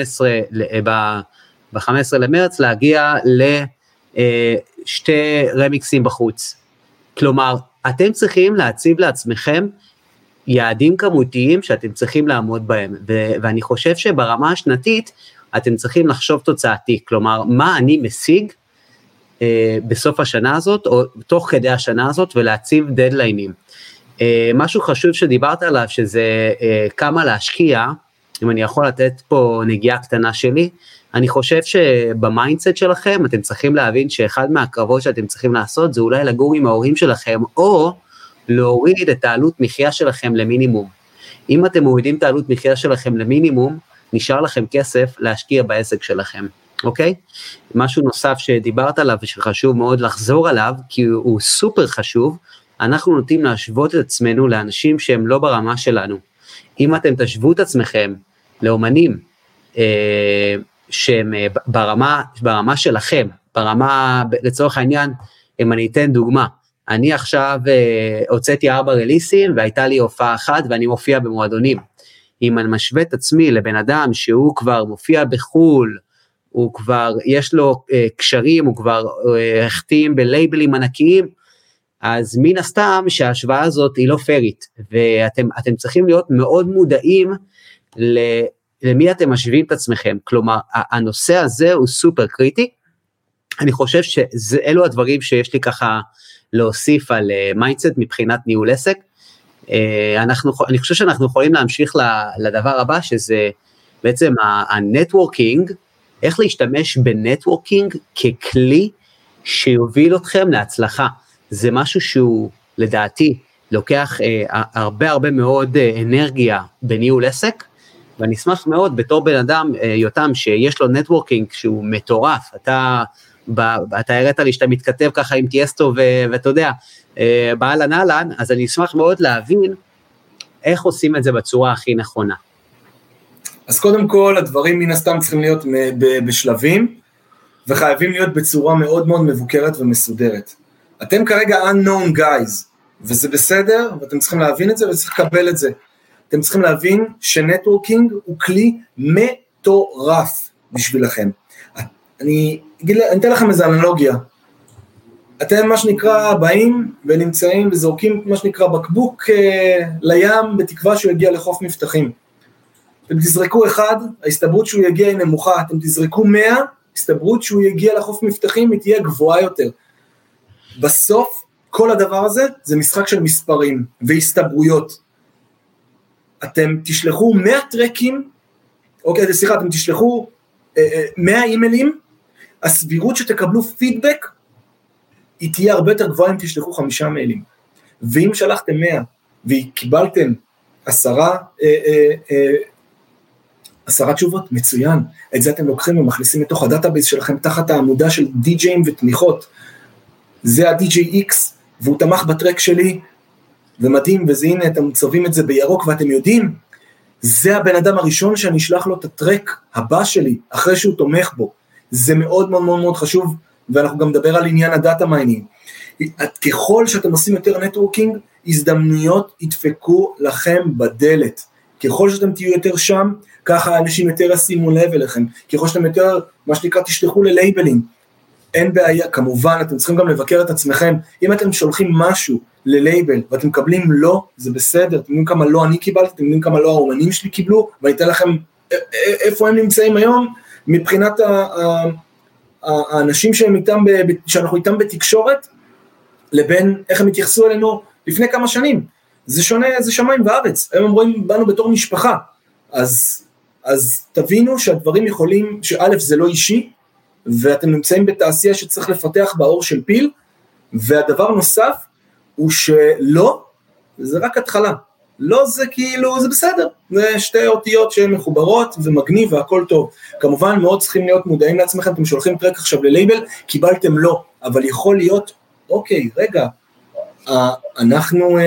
ב-חמישה עשר למרץ להגיע ל... שתי רמיקסים בחוץ. כלומר, אתם צריכים להציב לעצמכם יעדים כמותיים שאתם צריכים לעמוד בהם, ו- ואני חושב שברמה השנתית, אתם צריכים לחשוב תוצאתי, כלומר, מה אני משיג אה, בסוף השנה הזאת, או תוך כדי השנה הזאת, ולהציב דדליינים. אה, משהו חשוב שדיברת עליו, שזה אה, כמה להשקיע, אם אני יכול לתת פה נגיעה קטנה שלי, אני חושב שבמיינדסט שלכם, אתם צריכים להבין שאחד מהקרבות שאתם צריכים לעשות, זה אולי לגור עם ההורים שלכם, או להוריד את העלות מחיה שלכם למינימום. אם אתם מורידים את העלות מחיה שלכם למינימום, נשאר לכם כסף להשקיע בעסק שלכם, אוקיי? משהו נוסף שדיברת עליו, ושחשוב מאוד לחזור עליו, כי הוא סופר חשוב, אנחנו נוטים להשוות את עצמנו לאנשים שהם לא ברמה שלנו. אם אתם תשוו את עצמכם לאומנים, אה, שהם ברמה, ברמה שלכם, ברמה, לצורך העניין, אם אני אתן דוגמה, אני עכשיו uh, הוצאתי ארבע רליסים, והייתה לי הופעה אחת, ואני מופיע במועדונים. אם אני משווה את עצמי לבן אדם, שהוא כבר מופיע בחול, הוא כבר, יש לו uh, קשרים, הוא כבר uh, החתים בלייבלים ענקיים, אז מן הסתם שההשוואה הזאת היא לא פרית, ואתם אתם צריכים להיות מאוד מודעים למי אתם משווים את עצמכם, כלומר, הנושא הזה הוא סופר קריטי, אני חושב שאלו הדברים שיש לי ככה להוסיף על מיינדסט מבחינת ניהול עסק, אנחנו, אני חושב שאנחנו יכולים להמשיך לדבר הבא, שזה בעצם הנטוורקינג, איך להשתמש בנטוורקינג ככלי שיוביל אתכם להצלחה, זה משהו שהוא לדעתי לוקח אה, הרבה הרבה מאוד אה, אנרגיה בניהול עסק, ואני אשמח מאוד בתור בן אדם, אה, יותם, שיש לו נטוורקינג שהוא מטורף, אתה, ב, אתה הראת לי שאתה מתכתב ככה עם טייסטו, ו, ואתה יודע, אה, באלן אלן, אז אני אשמח מאוד להבין איך עושים את זה בצורה הכי נכונה. אז קודם כל, הדברים מן הסתם צריכים להיות בשלבים, וחייבים להיות בצורה מאוד מאוד מבוקרת ומסודרת. אתם כרגע unknown guys, וזה בסדר, ואתם צריכים להבין את זה, וצריך לקבל את זה. אתם צריכים להבין שנטוורקינג הוא כלי מטורף בשבילכם. אני, אני אתן לכם איזו אנלוגיה. אתם מה שנקרא באים ונמצאים וזורקים מה שנקרא בקבוק אה, לים, בתקווה שהוא יגיע לחוף מבטחים. אתם תזרקו אחד, ההסתברות שהוא יגיע היא נמוכה, אתם תזרקו מאה, ההסתברות שהוא יגיע לחוף מבטחים היא תהיה גבוהה יותר. בסוף, כל הדבר הזה, זה משחק של מספרים והסתברויות. אתם תשלחו מאה טרקים, אוקיי, סליחה, אתם תשלחו מאה אימיילים, הסבירות שתקבלו פידבק, היא תהיה הרבה יותר גבוהה אם תשלחו חמישה מיילים. ואם שלחתם מאה, וקיבלתם עשרה, אה, אה, אה, עשרה תשובות, מצוין. את זה אתם לוקחים ומכניסים לתוך הדאטאבייס שלכם, תחת העמודה של די-ג'יים ותמיכות. זה ה-די-ג'יי אקס, והוא תמך בטרק שלי, ומדהים, וזה הנה, אתם צובעים את זה בירוק, ואתם יודעים, זה הבן אדם הראשון שאני אשלח לו את הטרק הבא שלי, אחרי שהוא תומך בו. זה מאוד מאוד מאוד מאוד חשוב, ואנחנו גם נדבר על עניין הדאטה מיינינג. ככל שאתם עושים יותר נטוורקינג, הזדמנויות ידפקו לכם בדלת. ככל שאתם תהיו יותר שם, ככה אנשים יותר ישימו לב אליכם. ככל שאתם יותר, מה שנקרא, תשלחו ללייבלים. אין בעיה, כמובן, אתם צריכים גם לבקר את עצמכם. אם אתם שולחים משהו ללייבל, ואתם מקבלים לא, זה בסדר. אתם יודעים כמה לא אני קיבלתי, אתם יודעים כמה לא האומנים שלי קיבלו, ואני אתן לכם איפה הם נמצאים היום, מבחינת האנשים שהם איתם, שאנחנו איתם בתקשורת, לבין איך הם התייחסו אלינו לפני כמה שנים. זה שונה, זה שמיים וארץ. הם אומרים בנו בתור משפחה. אז, אז תבינו שהדברים יכולים, שא' זה לא אישי, ואתם נמצאים בתעשייה שצריך לפתח באור של פיל, והדבר נוסף הוא שלא, זה רק התחלה. לא זה כאילו, זה בסדר. זה שתי אותיות שהן מחוברות ומגניב והכל טוב. כמובן מאוד צריכים להיות מודעים לעצמכם, אתם שולחים טרק עכשיו ללייבל, קיבלתם לא, אבל יכול להיות, אוקיי, רגע, אנחנו,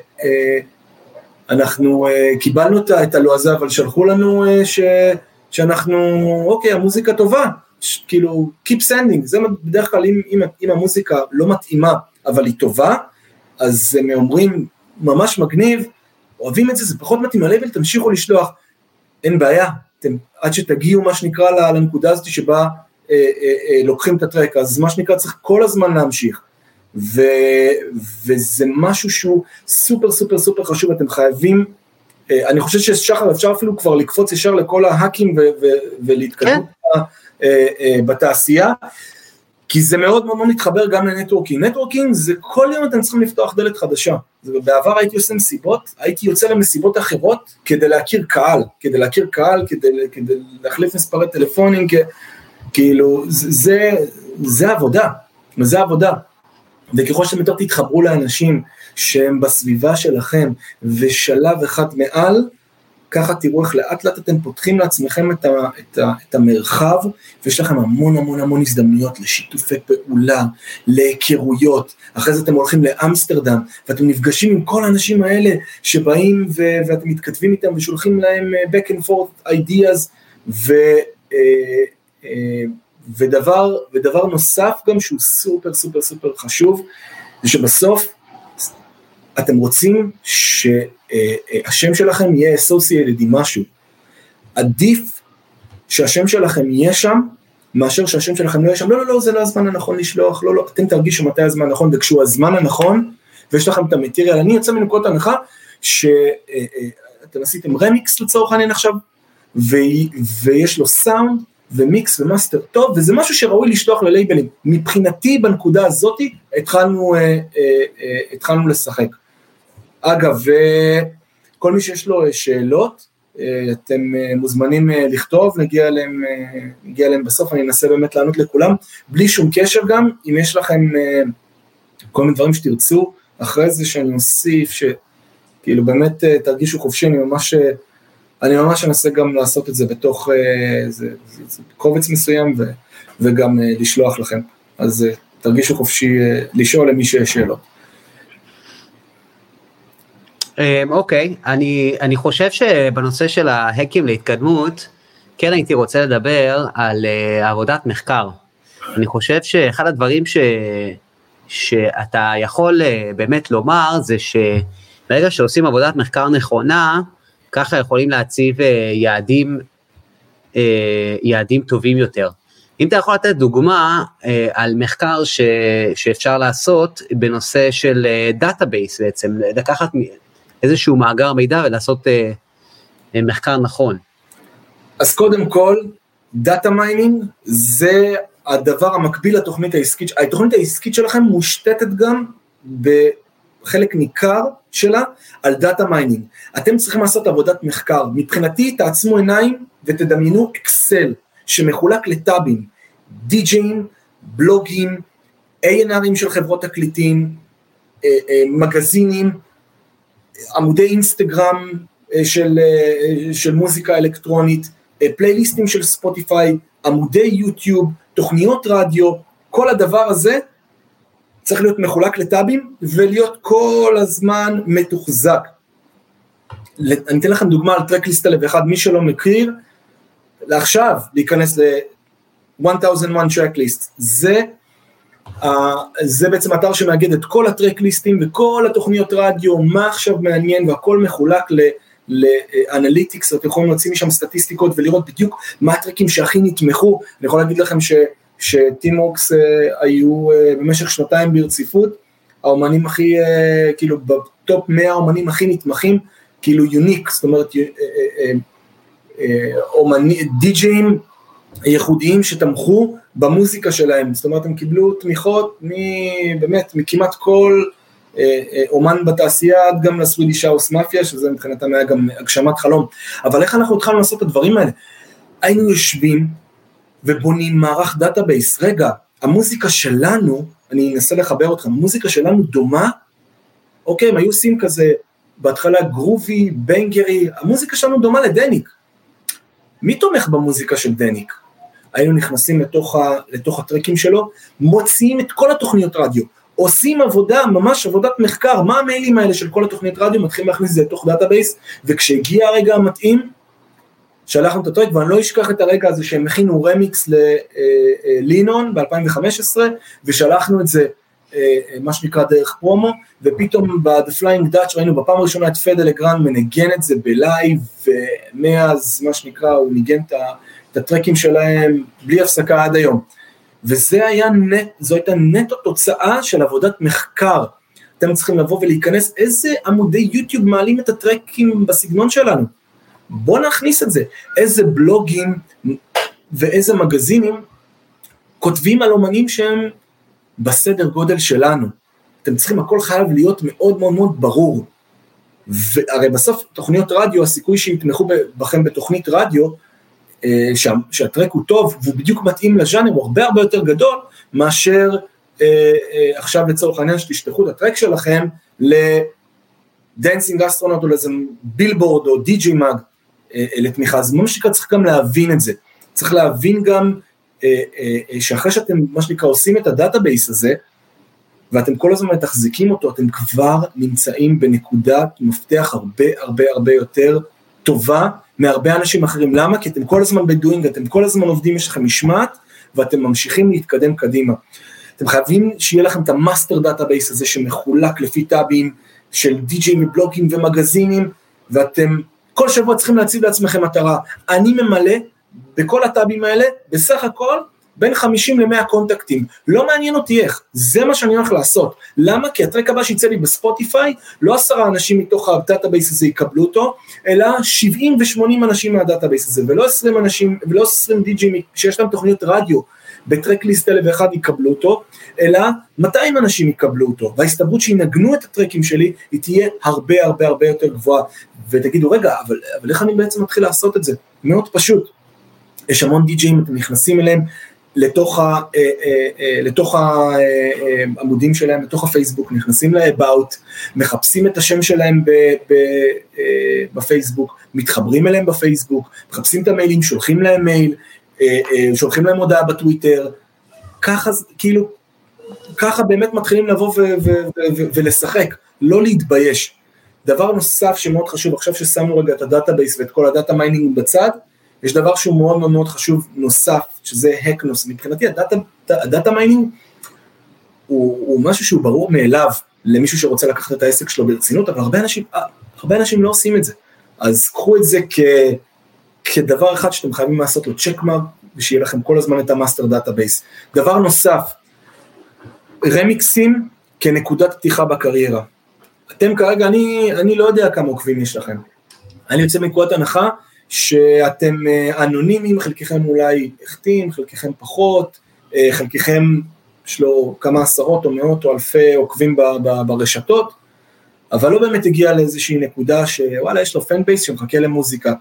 אנחנו קיבלנו את הלא הזה, אבל שלחו לנו ש, שאנחנו, אוקיי, המוזיקה טובה, כאילו, keep sending, זה בדרך כלל, אם, אם, אם המוזיקה לא מתאימה, אבל היא טובה, אז הם אומרים, ממש מגניב, אוהבים את זה, זה פחות מתאים הלייבל, תמשיכו לשלוח, אין בעיה, אתם, עד שתגיעו מה שנקרא לנקודה הזאת, שבה אה, אה, אה, לוקחים את הטרק, אז מה שנקרא צריך כל הזמן להמשיך, ו, וזה משהו שהוא סופר סופר סופר חשוב, אתם חייבים, אה, אני חושב ששחר אפשר אפילו כבר לקפוץ ישר לכל ההאקים, ו, ו, ולהתקדמות אה, אה, בתעשייה, כי זה מאוד מאוד מתחבר גם לנטוורקינג. נטוורקינג זה כל יום אתם צריכים לפתוח דלת חדשה. בעבר הייתי עושה מסיבות, הייתי יוצא למסיבות אחרות כדי להכיר קהל, כדי להכיר קהל, כדי, כדי להחליף מספרי טלפונים, כאילו, זה, זה עבודה, זה עבודה. וככל שאתם יותר תתחברו לאנשים שהם בסביבה שלכם, ושלב אחד מעל, ככה תראו איך לאט לאט אתם פותחים לעצמכם את, ה, את, ה, את המרחב, ויש לכם המון המון המון הזדמנויות לשיתופי פעולה, להיכרויות, אחרי זה אתם הולכים לאמסטרדם, ואתם נפגשים עם כל האנשים האלה שבאים ו, ואתם מתכתבים איתם ושולחים להם back and forth ideas, ו, ודבר, ודבר נוסף גם שהוא סופר סופר סופר חשוב, זה שבסוף אתם רוצים שהשם שלכם יהיה associated עם משהו. עדיף שהשם שלכם יהיה שם, מאשר שהשם שלכם לא יהיה שם, לא, לא, לא, זה לא הזמן הנכון לשלוח, לא, לא, אתם תרגישו מתי הזמן הנכון, וכשהוא הזמן הנכון, ויש לכם את המטריאל, אני יוצא מנקודת הנחה, שאתם עשיתם רמיקס לצורך העניין עכשיו, ויש לו סאונד, ומיקס ומאסטר טוב, וזה משהו שראוי לשלוח ללייבלים. מבחינתי בנקודה הזאת, התחלנו, התחלנו לשחק. אגב, כל מי שיש לו שאלות, אתם מוזמנים לכתוב, נגיע אליהם, נגיע אליהם בסוף, אני אנסה באמת לענות לכולם, בלי שום קשר גם, אם יש לכם כל מיני דברים שתרצו, אחרי זה שאני מוסיף, שכאילו באמת תרגישו חופשי, אני ממש, אני ממש אנסה גם לעשות את זה בתוך זה, זה, זה קובץ מסוים, ו, וגם לשלוח לכם, אז תרגישו חופשי לשאול למי שיש שאלות. אוקיי, אני, אני חושב שבנושא של ההקים להתקדמות, כן הייתי רוצה לדבר על uh, עבודת מחקר. אני חושב שאחד הדברים ש, שאתה יכול uh, באמת לומר, זה שברגע שעושים עבודת מחקר נכונה, ככה יכולים להציב uh, יעדים, uh, יעדים טובים יותר. אם אתה יכול לתת דוגמה uh, על מחקר ש, שאפשר לעשות בנושא של דאטאבייס בעצם, לקחת איזשהו מאגר מידע ולעשות אה, אה, מחקר נכון. אז קודם כל, דאטה מיינינג זה הדבר המקביל לתוכנית העסקית, התוכנית העסקית שלכם מושתתת גם בחלק ניכר שלה על דאטה מיינינג. אתם צריכים לעשות עבודת מחקר, מבחינתי תעצמו עיניים ותדמיינו אקסל שמחולק לטאבים, די-ג'ים, בלוגים, איי אן ארים של חברות תקליטים, אה, אה, מגזינים, עמודי אינסטגרם של, של מוזיקה אלקטרונית, פלייליסטים של ספוטיפיי, עמודי יוטיוב, תוכניות רדיו, כל הדבר הזה צריך להיות מחולק לטאבים, ולהיות כל הזמן מתוחזק. אני אתן לכם דוגמה על טרקליסט אלף ואחת, מי שלא מכיר, לעכשיו להיכנס ל-אלף ואחת טרקליסט, זה Uh, זה בעצם אתר שמאגד את כל הטרקליסטים וכל התוכניות רדיו, מה עכשיו מעניין, והכל מחולק לאנליטיקס, אתם יכולים להוציא משם סטטיסטיקות ולראות בדיוק מה הטרקים שהכי נתמכו. אני יכול להגיד לכם ש, שטימוקס uh, היו uh, במשך שנתיים ברציפות, האומנים הכי, uh, כאילו בטופ מאה האומנים הכי נתמכים, כאילו יוניק, זאת אומרת, uh, uh, uh, אומני, די-ג'ים ייחודיים שתמכו במוזיקה שלהם, זאת אומרת, הם קיבלו תמיכות מ, באמת, מכמעט כל אה, אה, אומן בתעשייה, עד גם לסווידיש האוס מאפיה, שזה מבחינתם היה גם הגשמת חלום. אבל איך אנחנו התחלנו לעשות את הדברים האלה? היינו יושבים ובונים מערך דאטאבייס. רגע, המוזיקה שלנו, אני אנסה לחבר אתכם, המוזיקה שלנו דומה, אוקיי, הם היו עושים כזה, בהתחלה גרובי, בנגרי, המוזיקה שלנו דומה לדניק. מי תומך במוזיקה של דניק? היינו נכנסים לתוך, ה, לתוך הטרקים שלו, מוציאים את כל התוכניות רדיו, עושים עבודה, ממש עבודת מחקר, מה המיילים האלה של כל התוכניות רדיו, מתחילים להכניס את זה לתוך דאטאבייס, וכשהגיע הרגע המתאים, שלחנו את הטרק, ואני לא אשכח את הרגע הזה שהם הכינו רמיקס ללינון ב-אלפיים וחמש עשרה, ושלחנו את זה, מה שנקרא דרך פרומו, ופתאום ב-The Flying Dutch ראינו בפעם הראשונה את פדה לגרנד מנגן את זה בלייב, ומאז מה שנקרא הוא ניגן את ה... את הטרקים שלהם בלי הפסקה עד היום, וזה היה נט, זו הייתה נטו תוצאה של עבודת מחקר. אתם צריכים לבוא ולהיכנס, איזה עמודי יוטיוב מעלים את הטרקים בסגנון שלנו, בואו נכניס את זה, איזה בלוגים ואיזה מגזינים כותבים על אומנים שהם בסדר גודל שלנו. אתם צריכים, הכל חייב להיות מאוד מאוד מאוד ברור, והרי בסוף תוכניות רדיו, הסיכוי שיתמכו בכם בתוכנית רדיו, שה, שהטרק הוא טוב, והוא בדיוק מתאים לז'אנר, הוא הרבה הרבה יותר גדול, מאשר אה, אה, עכשיו לצורך העניין שתשתחו את הטרק שלכם, לדנסינג אסטרונאוט, או לאיזה בילבורד, או די-ג'י מאג, אה, אה, לתמיכה. אז ממש שנקרא צריך גם להבין את זה, צריך להבין גם, אה, אה, שאחרי שאתם, מה שנקרא, עושים את הדאטאבייס הזה, ואתם כל הזמן מתחזיקים אותו, אתם כבר נמצאים בנקודת מפתח הרבה הרבה הרבה יותר טובה, מהרבה אנשים אחרים. למה? כי אתם כל הזמן בדואינג, אתם כל הזמן עובדים, יש לכם משמעת, ואתם ממשיכים להתקדם קדימה. אתם חייבים שיהיה לכם את המאסטר דאטאבייס הזה, שמחולק לפי טאבים של די-ג'ים ובלוגים ומגזינים, ואתם כל שבוע צריכים להציב לעצמכם מטרה. אני ממלא בכל הטאבים האלה, בסך הכל, בין חמישים למאה קונטקטים, לא מעניין אותי איך, זה מה שאני הולך לעשות, למה? כי הטרק הבא שיצא לי בספוטיפיי, לא עשרה אנשים מתוך הדאטאבייס הזה יקבלו אותו, אלא שבעים ושמונים אנשים מהדאטאבייס הזה, ולא עשרים אנשים, ולא עשרים די-ג'ים שיש להם תוכניות רדיו, בטרק ליסט אלף ואחד יקבלו אותו, אלא מאתיים אנשים יקבלו אותו, וההסתברות שינגנו את הטרקים שלי, היא תהיה הרבה הרבה הרבה יותר גבוהה, ותגידו רגע, אבל, אבל איך אני בעצם מתחיל לעשות את זה? מאוד פשוט, יש המון די-ג'ים, אתם נכנסים אליהם, לתוך, ה, אה, אה, אה, לתוך העמודים שלהם, לתוך הפייסבוק, נכנסים ל-about, מחפשים את השם שלהם ב, ב, אה, בפייסבוק, מתחברים אליהם בפייסבוק, מחפשים את המיילים, שולחים להם מייל, אה, אה, שולחים להם הודעה בטוויטר, ככה, כאילו, ככה באמת מתחילים לבוא ו- ו- ו- ו- ולשחק, לא להתבייש. דבר נוסף שמאוד חשוב, עכשיו ששמנו רגע את הדאטאבייס ואת כל הדאטה מיינינג בצד, יש דבר שהוא מאוד מאוד מאוד חשוב נוסף, שזה הקנוס. מבחינתי הדאטה, הדאטה מיינינג הוא, הוא משהו שהוא ברור מאליו למישהו שרוצה לקחת את העסק שלו ברצינות, אבל הרבה אנשים, הרבה אנשים לא עושים את זה. אז קחו את זה כ, כדבר אחד שאתם חייבים לעשות לו צ'קמרק, ושיהיה לכם כל הזמן את המאסטר דאטאבייס. דבר נוסף, רמיקסים כנקודת פתיחה בקריירה. אתם כרגע, אני, אני לא יודע כמה עוקבים יש לכם. אני יוצא מנקודת הנחה, שאתם אנונימיים, חלקכם אולי החתים, חלקכם פחות, חלקכם יש לו כמה עשרות או מאות או אלפי עוקבים ברשתות, אבל לא באמת הגיע לאיזושהי נקודה שוואלה, יש לו פן בייס שמחכה למוזיקה.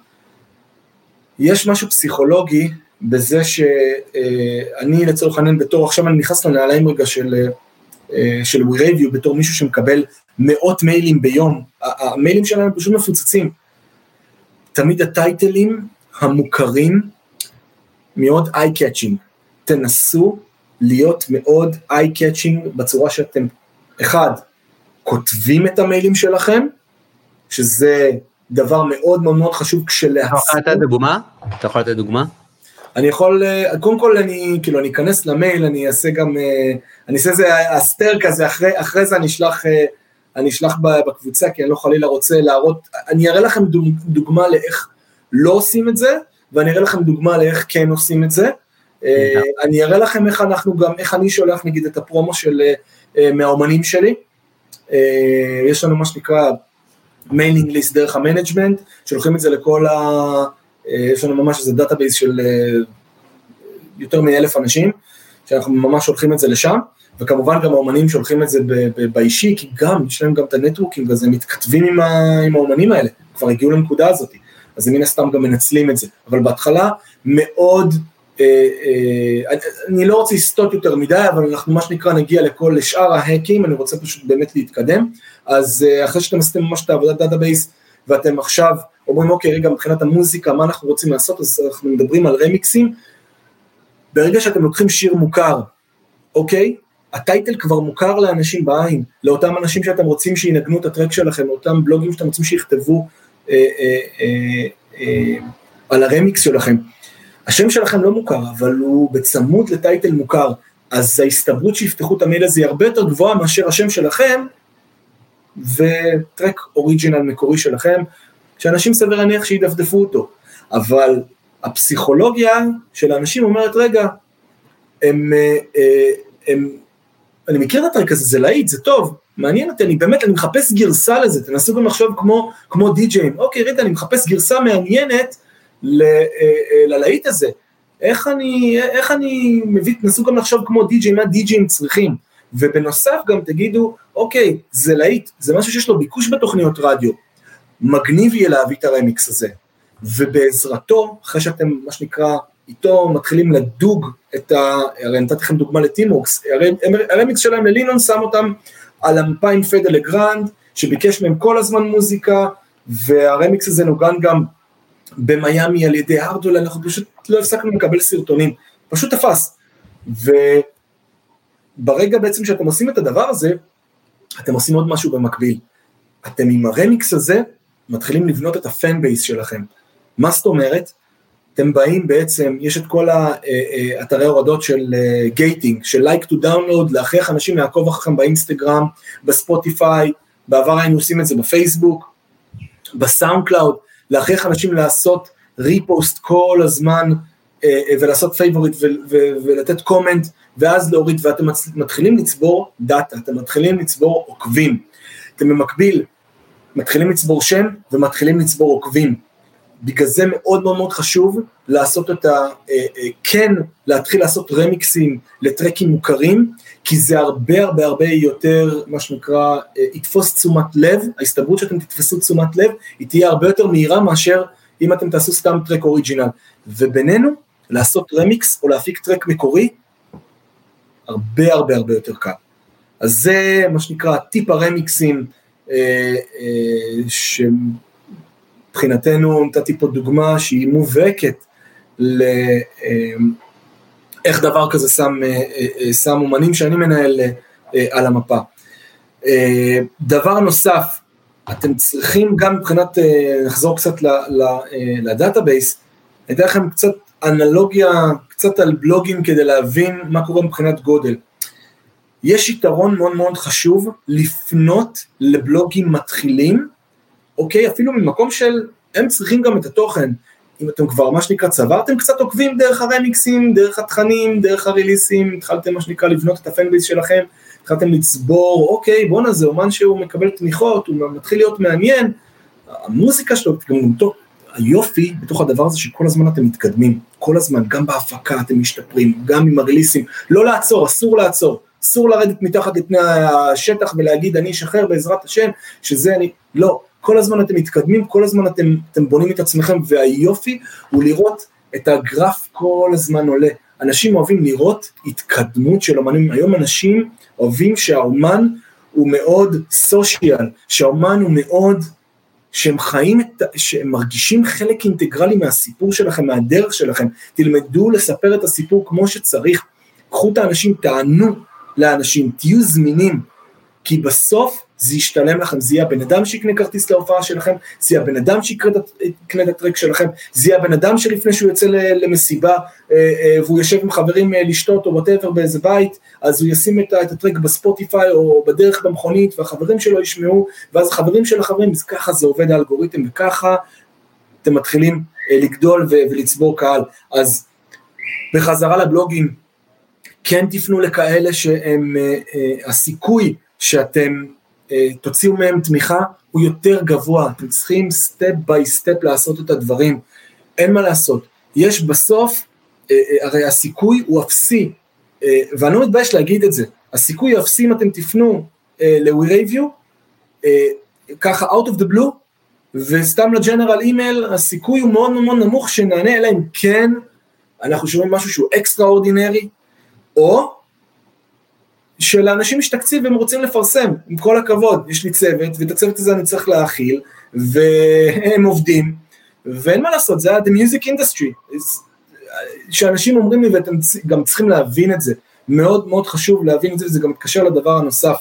יש משהו פסיכולוגי בזה שאני לצורך העניין בתור, עכשיו אני נכנס לנעליים רגע של, של WeReview, בתור מישהו שמקבל מאות מיילים ביום, המיילים שלנו פשוט מפוצצים, תמיד הטייטלים המוכרים מאוד איי-קאצ'ינג, תנסו להיות מאוד איי-קאצ'ינג בצורה שאתם, אחד, כותבים את המיילים שלכם, שזה דבר מאוד מאוד מאוד חשוב כשלעצמו. אתה יכול לתת דוגמה? אתה יכול לתת דוגמה? אני יכול, קודם כל אני, כאילו אני אכנס למייל, אני אעשה גם, אני אעשה איזה אסתר כזה, אחרי, אחרי זה אני אשלח, אני אשלח בקבוצה, כי אני לא חלילה רוצה להראות, אני אראה לכם דוגמה לאיך לא עושים את זה, ואני אראה לכם דוגמה לאיך כן עושים את זה, אני אראה לכם איך אנחנו גם, איך אני שולח נגיד את הפרומו של, מהאומנים שלי, יש לנו מה שנקרא, מיילינג ליסט דרך המנג'מנט, שולחים את זה לכל ה... יש לנו ממש איזה דאטאבייס של יותר מאלף אנשים, שאנחנו ממש שולחים את זה לשם, וכמובן גם האומנים שולחים את זה באישי, כי גם, יש להם גם את הנטוורקינג, אז הם מתכתבים עם, ה, עם האומנים האלה, כבר הגיעו לנקודה הזאת, אז הם מן הסתם גם מנצלים את זה, אבל בהתחלה מאוד, אה, אה, אני לא רוצה לסטות יותר מדי, אבל אנחנו מה שנקרא נגיע לכל לשאר ההקים, אני רוצה פשוט באמת להתקדם, אז אה, אחרי שאתם עשיתם ממש את העבודת דאטאבייס, ואתם עכשיו אומרים, אוקיי, רגע, מבחינת המוזיקה, מה אנחנו רוצים לעשות, אז אנחנו מדברים על רמיקסים, ברגע שאתם לוקחים שיר מוכר, אוקיי, הטייטל כבר מוכר לאנשים בעין, לאותם אנשים שאתם רוצים שינגנו את הטרק שלכם, לאותם בלוגים שאתם רוצים שיכתבו אה, אה, אה, אה, על הרמיקס שלכם. השם שלכם לא מוכר, אבל הוא בצמוד לטייטל מוכר, אז ההסתברות שיפתחו את המייל הזה היא הרבה יותר גבוהה מאשר השם שלכם, וטרק אוריג'ינל מקורי שלכם, שאנשים סביר להניח שידפדפו אותו, אבל הפסיכולוגיה של האנשים אומרת, רגע, הם, הם, אני מכיר את הטרק הזה, זה להיט, זה טוב, מעניין אותי, אני באמת, אני מחפש גרסה לזה, תנסו גם לחשוב כמו, כמו די-ג'יים, אוקיי, רגע, אני מחפש גרסה מעניינת ללהיט הזה, איך אני, איך אני מביא, תנסו גם לחשוב כמו די-ג'יים, מה די-ג'יים צריכים, ובנוסף גם תגידו, אוקיי, זה להיט, זה משהו שיש לו ביקוש בתוכניות רדיו, מגניב יהיה להביא את הרמיקס הזה, ובעזרתו, אחרי שאתם, מה שנקרא, איתו מתחילים לדוג את ה... הרי נתתי לכם דוגמה לטימוקס, הרמיקס שלהם ללינון שם אותם על המפה עם פדה לגרנד, שביקש מהם כל הזמן מוזיקה, והרמיקס הזה נוגן גם במיימי על ידי הרדול, אנחנו פשוט לא הפסקנו לקבל סרטונים, פשוט תפס, וברגע בעצם שאתם עושים את הדבר הזה, אתם עושים עוד משהו במקביל, אתם עם הרמיקס הזה, מתחילים לבנות את הפן בייס שלכם, מה זאת אומרת? אתם באים בעצם, יש את כל האתרי הורדות של גייטינג, של לייק טו דאונלוד, להכריח אנשים לעקוב אחריכם באינסטגרם, בספוטיפיי, בעבר היינו עושים את זה בפייסבוק, בסאונד קלאוד, להכריח אנשים לעשות ריפוסט כל הזמן, ולעשות פייבוריט ולתת קומנט, ואז להוריד, ואתם מתחילים לצבור דאטה, אתם מתחילים לצבור עוקבים, אתם במקביל, מתחילים לצבור שם, ומתחילים לצבור עוקבים, בגלל זה מאוד מאוד מאוד חשוב, לעשות את ה, כן, להתחיל לעשות רמיקסים, לטרקים מוכרים, כי זה הרבה הרבה הרבה יותר, מה שנקרא, יתפוס תשומת לב, ההסתברות שאתם תתפסו תשומת לב, היא תהיה הרבה יותר מהירה, מאשר אם אתם תעשו סתם טרק אוריג'ינל, ובינינו, לעשות רמיקס, או להפיק טרק מקורי, הרבה הרבה הרבה יותר קל. אז זה מה שנקרא, טיפ הרמיקסים, מבחינתנו נתתי פה דוגמה שהיא מובהקת לאיך דבר כזה שם, שם אומנים שאני מנהל על המפה. דבר נוסף, אתם צריכים גם מבחינת, נחזור קצת לדאטאבייס, אני אתן לכם קצת אנלוגיה, קצת על בלוגים כדי להבין מה קורה מבחינת גודל. יש יתרון מאוד מאוד חשוב לפנות לבלוגים מתחילים, אוקיי, אפילו ממקום של, הם צריכים גם את התוכן, אם אתם כבר מה שנקרא צברתם קצת עוקבים דרך הרמיקסים, דרך התכנים, דרך הריליסים, התחלתם מה שנקרא לבנות את הפנבייס שלכם, התחלתם לצבור, אוקיי, בוא נזה, אומן שהוא מקבל תמיכות, הוא מתחיל להיות מעניין, המוזיקה שלו, גם טוב, היופי בתוך הדבר הזה שכל הזמן אתם מתקדמים, כל הזמן, גם בהפקה אתם משתפרים, גם עם הריליסים, לא לעצור, אסור לעצור, אסור לרדת מתחת לפני השטח ולהגיד אני אשחרר בעזרת השם, שזה אני, לא, כל הזמן אתם מתקדמים, כל הזמן אתם, אתם בונים את עצמכם, והיופי הוא לראות את הגרף כל הזמן עולה, אנשים אוהבים לראות התקדמות של אומנים, היום אנשים אוהבים שהאומן הוא מאוד סושיאל, שהאומן הוא מאוד, שהם חיים, את, שהם מרגישים חלק אינטגרלי מהסיפור שלכם, מהדרך שלכם, תלמדו לספר את הסיפור כמו שצריך, קחו את האנשים, תענו לאנשים, תהיו זמינים, כי בסוף זה ישתלם לכם, זה יהיה הבן אדם שיקנה כרטיס להופעה שלכם, זה יהיה הבן אדם שיקנה את הטרק שלכם, זה יהיה הבן אדם שלפני שהוא יוצא למסיבה, והוא יושב עם חברים לשתות או whatever באיזה בית, אז הוא ישים את הטרק בספוטיפיי או בדרך במכונית, והחברים שלו ישמעו, ואז החברים של החברים, אז ככה זה עובד האלגוריתם, וככה אתם מתחילים לגדול ולצבור קהל. אז בחזרה לבלוגים, כן תפנו לכאלה שהם, הסיכוי שאתם תוציאו מהם תמיכה, הוא יותר גבוה, אתם צריכים סטפ ביי סטפ לעשות את הדברים, אין מה לעשות, יש בסוף, הרי הסיכוי הוא אפסי, ואני לא מתבייש להגיד את זה, הסיכוי הוא אפסי אם אתם תפנו ל-We Review, ככה out of the blue, וסתם לג'נרל אימייל, הסיכוי הוא מאוד מאוד נמוך שנענה, אלא אם כן, אנחנו שומעים משהו שהוא אקסטראורדינרי, או שלאנשים יש תקציב והם רוצים לפרסם, עם כל הכבוד, יש לי צוות, ואת הצוות הזה אני צריך להכיל, והם עובדים, ואין מה לעשות, זה the music industry, שאנשים אומרים לי, ואתם גם צריכים להבין את זה, מאוד מאוד חשוב להבין את זה, וזה גם מתקשר לדבר הנוסף,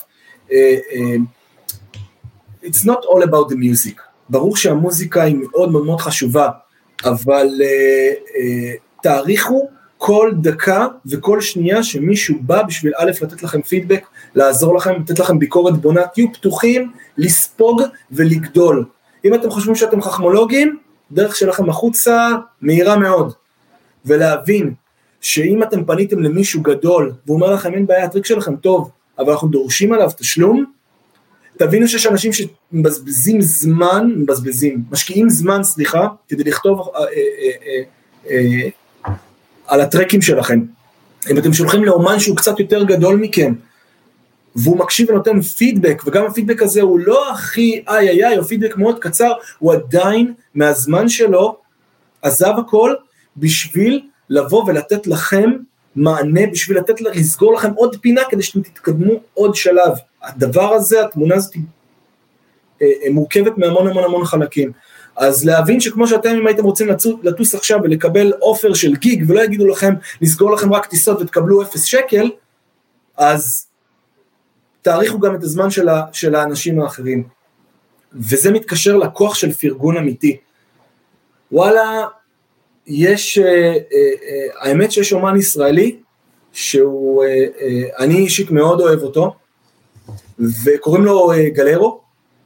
it's not all about the music, ברור שהמוזיקה היא מאוד מאוד מאוד חשובה, אבל תאריכו, כל דקה וכל שנייה שמישהו בא בשביל א' לתת לכם פידבק, לעזור לכם, לתת לכם ביקורת בונה, תהיו פתוחים לספוג ולגדול. אם אתם חושבים שאתם חכמולוגים, דרך שלכם החוצה מהירה מאוד. ולהבין שאם אתם פניתם למישהו גדול, והוא אומר לכם אין בעיה, הטריק שלכם טוב, אבל אנחנו דורשים עליו תשלום, תבינו שיש אנשים שמבזבזים זמן, מבזבזים, משקיעים זמן, סליחה, כדי לכתוב אה, אה, אה, אה, על הטרקים שלכם. אם אתם שולחים לאומן שהוא קצת יותר גדול מכם, והוא מקשיב ונותן פידבק, וגם הפידבק הזה הוא לא הכי איי איי איי, הוא פידבק מאוד קצר, הוא עדיין מהזמן שלו, עזב הכל, בשביל לבוא ולתת לכם מענה, בשביל לתת, לסגור לכם עוד פינה, כדי שאתם תתקדמו עוד שלב. הדבר הזה, התמונה הזאת, היא מורכבת מהמון המון המון חלקים. אז להבין שכמו שאתם אם הייתם רוצים לטוס עכשיו ולקבל אופר של גיג, ולא יגידו לכם לסגור לכם רק טיסות ותקבלו אפס שקל, אז תאריכו גם את הזמן של, ה, של האנשים האחרים. וזה מתקשר לכוח של פרגון אמיתי. וואלה, יש, האמת שיש אומן ישראלי, שהוא, אני אישית מאוד אוהב אותו, וקוראים לו גלרו,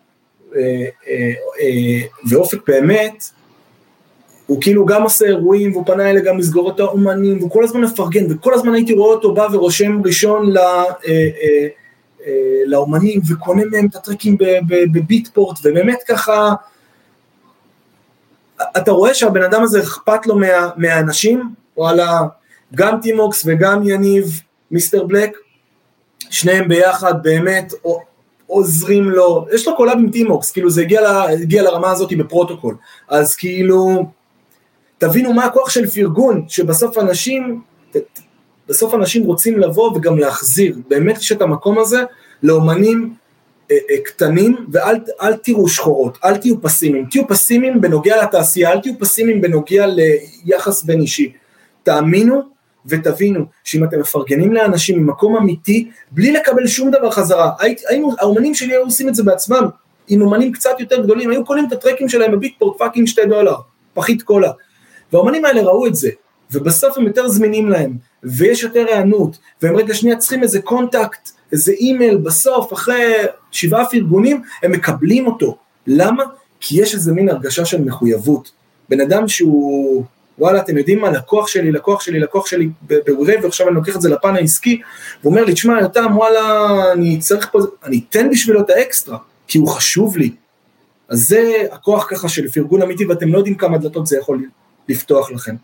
ואופק באמת, הוא כאילו גם עושה אירועים, והוא פנה אלה גם לסגור את האומנים, והוא כל הזמן מפרגן, וכל הזמן הייתי רואה אותו בא ורושם ראשון לאומנים, וקונה מהם את הטרקים בביטפורט, ובאמת ככה, אתה רואה שהבן אדם הזה אכפת לו מה, מהאנשים, וואלה, גם טימוקס וגם יניב, מיסטר בלק, שניהם ביחד באמת עוזרים לו, יש לו קולאב עם טימוקס, כאילו זה הגיע, לה, הגיע לרמה הזאת בפרוטוקול, אז כאילו, תבינו מה הכוח של פרגון, שבסוף אנשים, בסוף אנשים רוצים לבוא וגם להחזיר, באמת יש את המקום הזה, לאומנים קטנים, ואל אל תראו שחורות, אל תהיו פסימיים, תהיו פסימיים בנוגע לתעשייה, אל תהיו פסימיים בנוגע ליחס בין אישי, תאמינו ותבינו, שאם אתם מפרגנים לאנשים ממקום אמיתי, בלי לקבל שום דבר חזרה, היינו, האומנים שלי היו עושים את זה בעצמם, עם אומנים קצת יותר גדולים, היו קונים את הטרקים שלהם בביטפורט, פאקינג שתי דולר, פחית קולה, והאומנים האלה ראו את זה, ובסוף הם יותר זמינים להם, ויש יותר הענות, והם רגע שנייה צריכים איזה קונטקט, איזה אימייל, בסוף, אחרי שבעה פרגונים, הם מקבלים אותו. למה? כי יש איזה מין הרגשה של מחויבות. בן אדם שהוא, וואלה, אתם יודעים מה, לקוח שלי, לקוח שלי, לקוח שלי, בווירב, ועכשיו אני לוקח את זה לפן העסקי, והוא אומר לי, תשמע, יותם, וואלה, אני צריך פה, אני אתן בשבילו את האקסטרה, כי הוא חשוב לי. אז זה הכוח ככה של פרגון אמיתי, ואתם לא יודעים כמה דלתות זה יכול לפתוח לכם.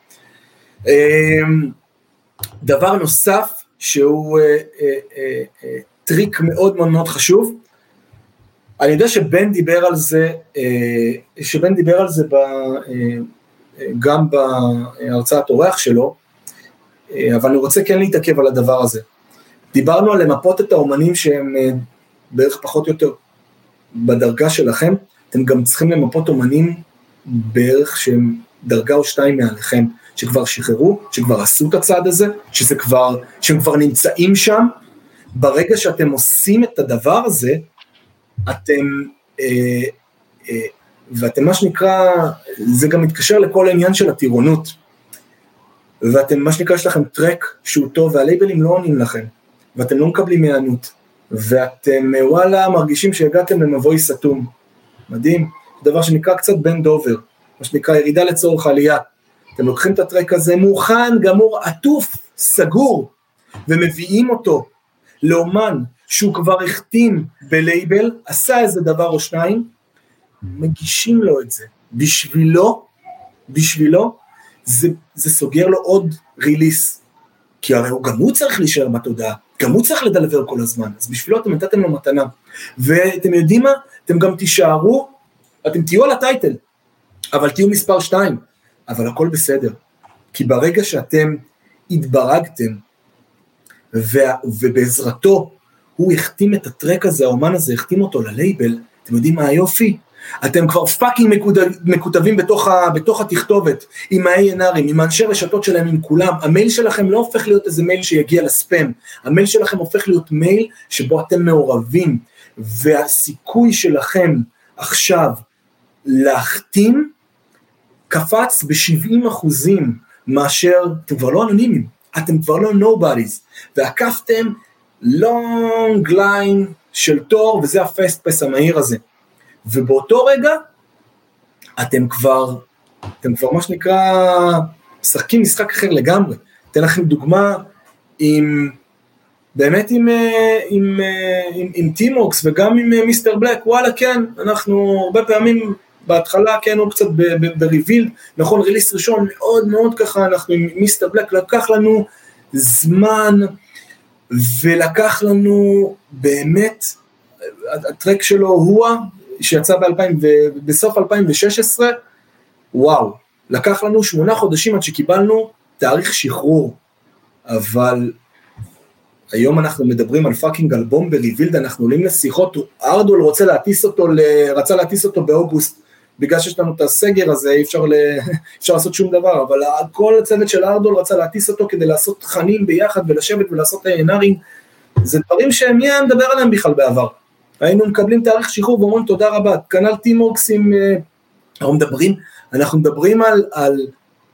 דבר נוסף, שהוא אה, אה, אה, טריק מאוד מאוד מאוד חשוב, אני יודע שבן דיבר על זה, אה, שבן דיבר על זה ב, אה, גם בהרצאת אורח שלו, אה, אבל אני רוצה כן להתעכב על הדבר הזה. דיברנו על למפות את האומנים שהם אה, בערך פחות או יותר בדרגה שלכם, אתם גם צריכים למפות אומנים בערך שהם דרגה או שתיים מעליכם, שכבר שחררו, שכבר עשו את הצעד הזה, שזה כבר, שהם כבר נמצאים שם, ברגע שאתם עושים את הדבר הזה, אתם, אה, אה, ואתם מה שנקרא, זה גם מתקשר לכל העניין של הטירונות, ואתם מה שנקרא, יש לכם טרק שהוא טוב, והלייבלים לא עונים לכם, ואתם לא מקבלים מענות, ואתם וואלה מרגישים שהגעתם למבוי סתום, מדהים, דבר שנקרא קצת בן דובר, מה שנקרא ירידה לצורך עלייה, אתם לוקחים את הטרק הזה מוכן, גמור, עטוף, סגור, ומביאים אותו לאומן שהוא כבר החתים בלייבל, עשה איזה דבר או שניים, מגישים לו את זה. בשבילו, בשבילו, זה, זה סוגר לו עוד ריליס, כי הרי הוא, גם הוא צריך להישאר בתודעה, גם הוא צריך לדלבר כל הזמן, אז בשבילו אתם נתתם לו מתנה, ואתם יודעים מה? אתם גם תישארו, אתם תהיו על הטייטל, אבל תהיו מספר שתיים, אבל הכל בסדר, כי ברגע שאתם התברגתם, ובעזרתו הוא החתים את הטרק הזה, האומן הזה החתים אותו ללייבל, אתם יודעים מה היופי? אתם כבר פאקינג מקוטבים בתוך, ה, בתוך התכתובת, עם ה-איי אן ארים, עם האנשי רשתות שלהם, עם כולם, המייל שלכם לא הופך להיות איזה מייל שיגיע לספאם, המייל שלכם הופך להיות מייל שבו אתם מעורבים, והסיכוי שלכם עכשיו להחתים, קפץ ב-שבעים אחוזים מאשר, אתם כבר לא אנונימים, אתם כבר לא nobodies, והקפתם long line של תור, וזה הפסט פס המהיר הזה, ובאותו רגע, אתם כבר, אתם כבר מה שנקרא, משחקים משחק אחר לגמרי, אתן לכם דוגמה, עם, באמת עם, עם, עם, עם טימוקס, וגם עם מיסטר בלק, וואלה כן, אנחנו הרבה פעמים, בהתחלה כן הוא קצת בריבילד, נכון ריליס ראשון מאוד מאוד ככה, אנחנו עם מיסטר בלק, לקח לנו זמן, ולקח לנו באמת, הטרק שלו הוא, שיצא בסוף אלפיים ושש עשרה, וואו, לקח לנו שמונה חודשים עד שקיבלנו תאריך שחרור, אבל היום אנחנו מדברים על פאקינג אלבום בריבילד, אנחנו עולים לשיחות, ארדול רוצה להטיס אותו, רצה להטיס אותו באוגוסט, בגלל שיש לנו את הסגר הזה, אי אפשר, ל... אפשר לעשות שום דבר, אבל כל הצוות של ארדול רצה להטיס אותו, כדי לעשות תכנים ביחד, ולשבת ולעשות איינרים, זה דברים שמי היה מדבר עליהם בכלל בעבר, היינו מקבלים תאריך שחרור, ואומרים תודה רבה, כנ"ל טימוקס עם, אנחנו מדברים, אנחנו מדברים על, על,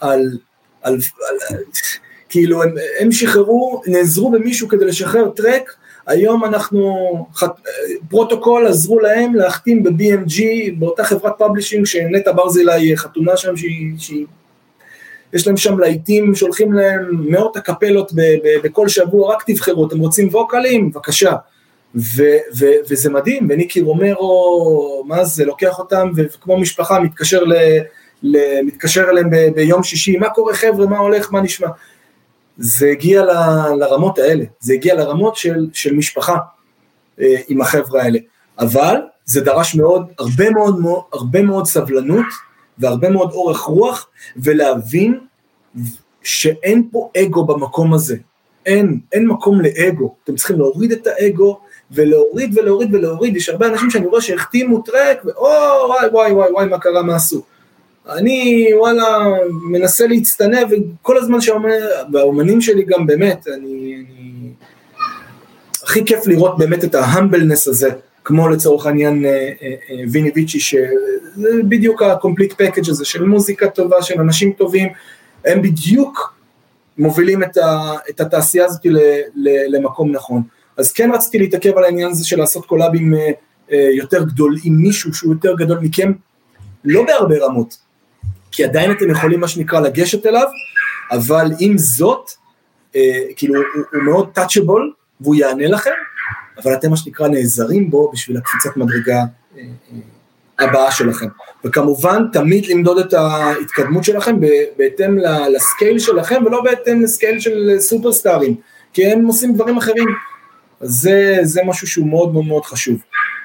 על, על, על כאילו הם, הם שחררו, נעזרו במישהו כדי לשחרר טרק, היום אנחנו, פרוטוקול עזרו להם להחתים ב-בי אם ג'י, באותה חברת פאבלישינג שנטע ברזילי חתונה שם, שהיא, שהיא, יש להם שם לעיתים, שולחים להם מאות הקפלות ב, ב, בכל שבוע, רק תבחרו, אתם רוצים ווקלים? בבקשה. ו, ו, וזה מדהים, וניקי רומרו, מה זה, לוקח אותם, וכמו משפחה מתקשר, ל, ל, מתקשר אליהם ב, ביום שישי, מה קורה חבר'ה, מה הולך, מה נשמע? זה הגיע ל, לרמות האלה, זה הגיע לרמות של, של משפחה אה, עם החבר'ה האלה, אבל זה דרש מאוד, הרבה מאוד, הרבה מאוד סבלנות, והרבה מאוד אורך רוח, ולהבין שאין פה אגו במקום הזה, אין, אין מקום לאגו, אתם צריכים להוריד את האגו, ולהוריד ולהוריד ולהוריד, יש הרבה אנשים שאני רואה שהחתימו טרק, ואו וואי וואי וואי וואי מה קרה, מה עשו, אני וואלה מנסה להצטנע, וכל הזמן שאומר, והאומנים שלי גם באמת, אני, אני, הכי כיף לראות באמת את ההמבלנס הזה, כמו לצורך העניין ויני ויצ'י, שזה בדיוק הקומפליט פקאג' הזה, של מוזיקה טובה, של אנשים טובים, הם בדיוק מובילים את, ה, את התעשייה הזאת ל, ל, למקום נכון. אז כן רציתי להתעכב על העניין הזה של לעשות קולאבים יותר גדול, עם מישהו שהוא יותר גדול מכם, לא בהרבה רמות, כי עדיין אתם יכולים מה שנקרא לגשת אליו, אבל עם זאת, כאילו הוא, הוא מאוד touchable, והוא יענה לכם, אבל אתם מה שנקרא נעזרים בו, בשביל הקפיצת מדרגה הבאה שלכם. וכמובן, תמיד למדוד את ההתקדמות שלכם, בהתאם לסקייל שלכם, ולא בהתאם לסקייל של סופרסטארים, כי הם עושים דברים אחרים. אז זה, זה משהו שהוא מאוד מאוד מאוד חשוב.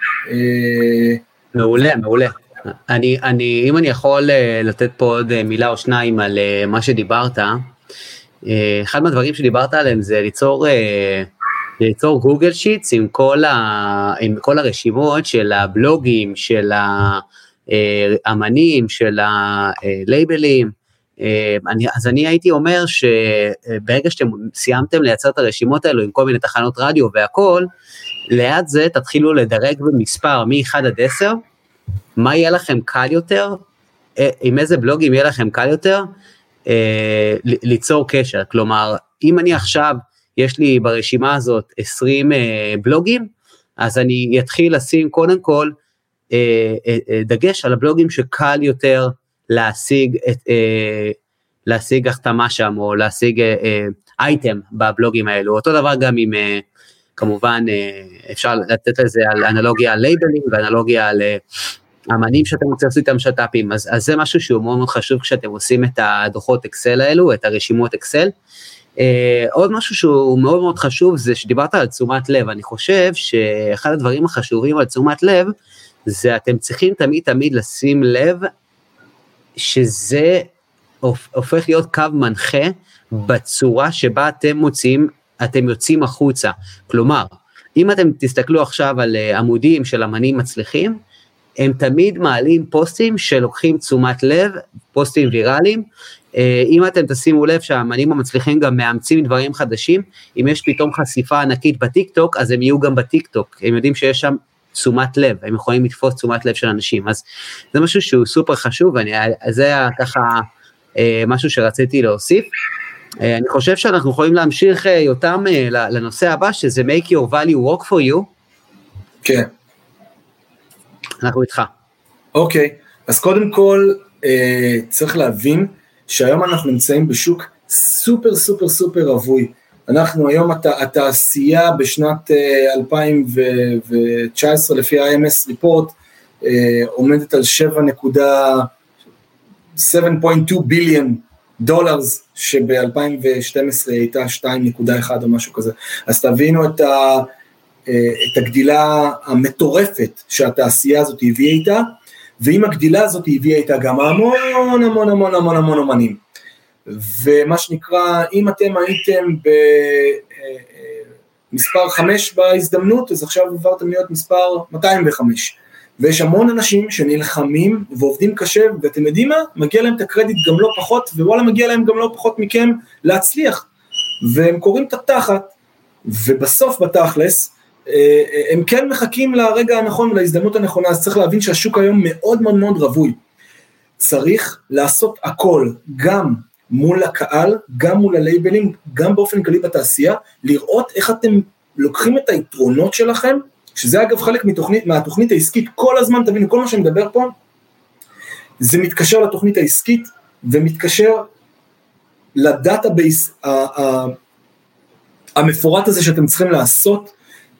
מעולה, מעולה. אני, אני, אם אני יכול לתת פה עוד מילה או שניים על מה שדיברת, אחד מהדברים שדיברת עליהם זה ליצור, ליצור גוגל שיטס עם כל, ה, עם כל הרשימות של הבלוגים, של האמנים, של הלייבלים. אני, אז אני הייתי אומר שברגע שאתם סיימתם לייצר את הרשימות האלו עם כל מיני תחנות רדיו והכל, ליד זה תתחילו לדרג במספר מ-אחד עד עשר, מה יהיה לכם קל יותר, עם איזה בלוגים יהיה לכם קל יותר, ליצור קשר. כלומר, אם אני עכשיו, יש לי ברשימה הזאת עשרים בלוגים, אז אני אתחיל לשים קודם כל, דגש על הבלוגים שקל יותר להשיג, להשיג החתמה שם, או להשיג אייטם בבלוגים האלו. אותו דבר גם עם, כמובן, אפשר לתת לזה על אנלוגיה על לייבלים, ואנלוגיה על אמנים שאתם רוצים לעשות איתם שטאפים, אז, אז זה משהו שהוא מאוד מאוד חשוב כשאתם עושים את הדוחות אקסל האלו, את הרשימות אקסל. עוד משהו שהוא מאוד מאוד חשוב, זה שדיברת על תשומת לב. אני חושב שאחד הדברים החשובים על תשומת לב, זה אתם צריכים תמיד תמיד לשים לב, שזה הופך להיות קו מנחה, בצורה שבה אתם מוצאים, אתם יוצאים החוצה. כלומר, אם אתם תסתכלו עכשיו על עמודים של אמנים מצליחים, הם תמיד מעלים פוסטים שלוקחים תשומת לב, פוסטים ויראליים. אם אתם תשימו לב שהאמנים המצליחים גם מאמצים דברים חדשים, אם יש פתאום חשיפה ענקית בטיק-טוק, אז הם יהיו גם בטיק-טוק, הם יודעים שיש שם תשומת לב, הם יכולים לתפוס תשומת לב של אנשים, אז זה משהו שהוא סופר חשוב, ואני, זה היה ככה משהו שרציתי להוסיף. אני חושב שאנחנו יכולים להמשיך אותם לנושא הבא, שזה make your value work for you. כן. אנחנו איתך. אוקיי, אז קודם כל, צריך להבין, שהיום אנחנו נמצאים בשוק סופר סופר סופר רבוי, אנחנו היום הת, התעשייה בשנת אלפיים תשע עשרה לפי ה-איי אם אס ריפורט, עומדת על שבע נקודה שבע ביליון דולרס, שב-אלפיים ושתים עשרה הייתה שתיים נקודה אחת או משהו כזה, אז תבינו את, ה, את הגדילה המטורפת שהתעשייה הזאת הביאה איתה, ועם הגדילה הזאת הביאה איתה גם המון המון המון המון המון אומנים, ומה שנקרא, אם אתם הייתם במספר חמש בהזדמנות, אז עכשיו עברתם להיות מספר מאתיים וחמש, ויש המון אנשים שנלחמים ועובדים קשה, ואתם יודעים מה? מגיע להם את הקרדיט גם לא פחות, ווואלה מגיע להם גם לא פחות מכם להצליח, והם קוראים את התחת, ובסוף בתכלס, הם כן מחכים לרגע הנכון ולהזדמנות הנכונה, אז צריך להבין שהשוק היום מאוד מאוד מאוד רבוי, צריך לעשות הכל, גם מול הקהל, גם מול הלייבלים, גם באופן כללי בתעשייה, לראות איך אתם לוקחים את היתרונות שלכם, שזה אגב חלק מתוכנית, מהתוכנית העסקית, כל הזמן, תבינו, כל מה שאני מדבר פה, זה מתקשר לתוכנית העסקית, ומתקשר לדאטאבייס המפורט הזה שאתם צריכים לעשות,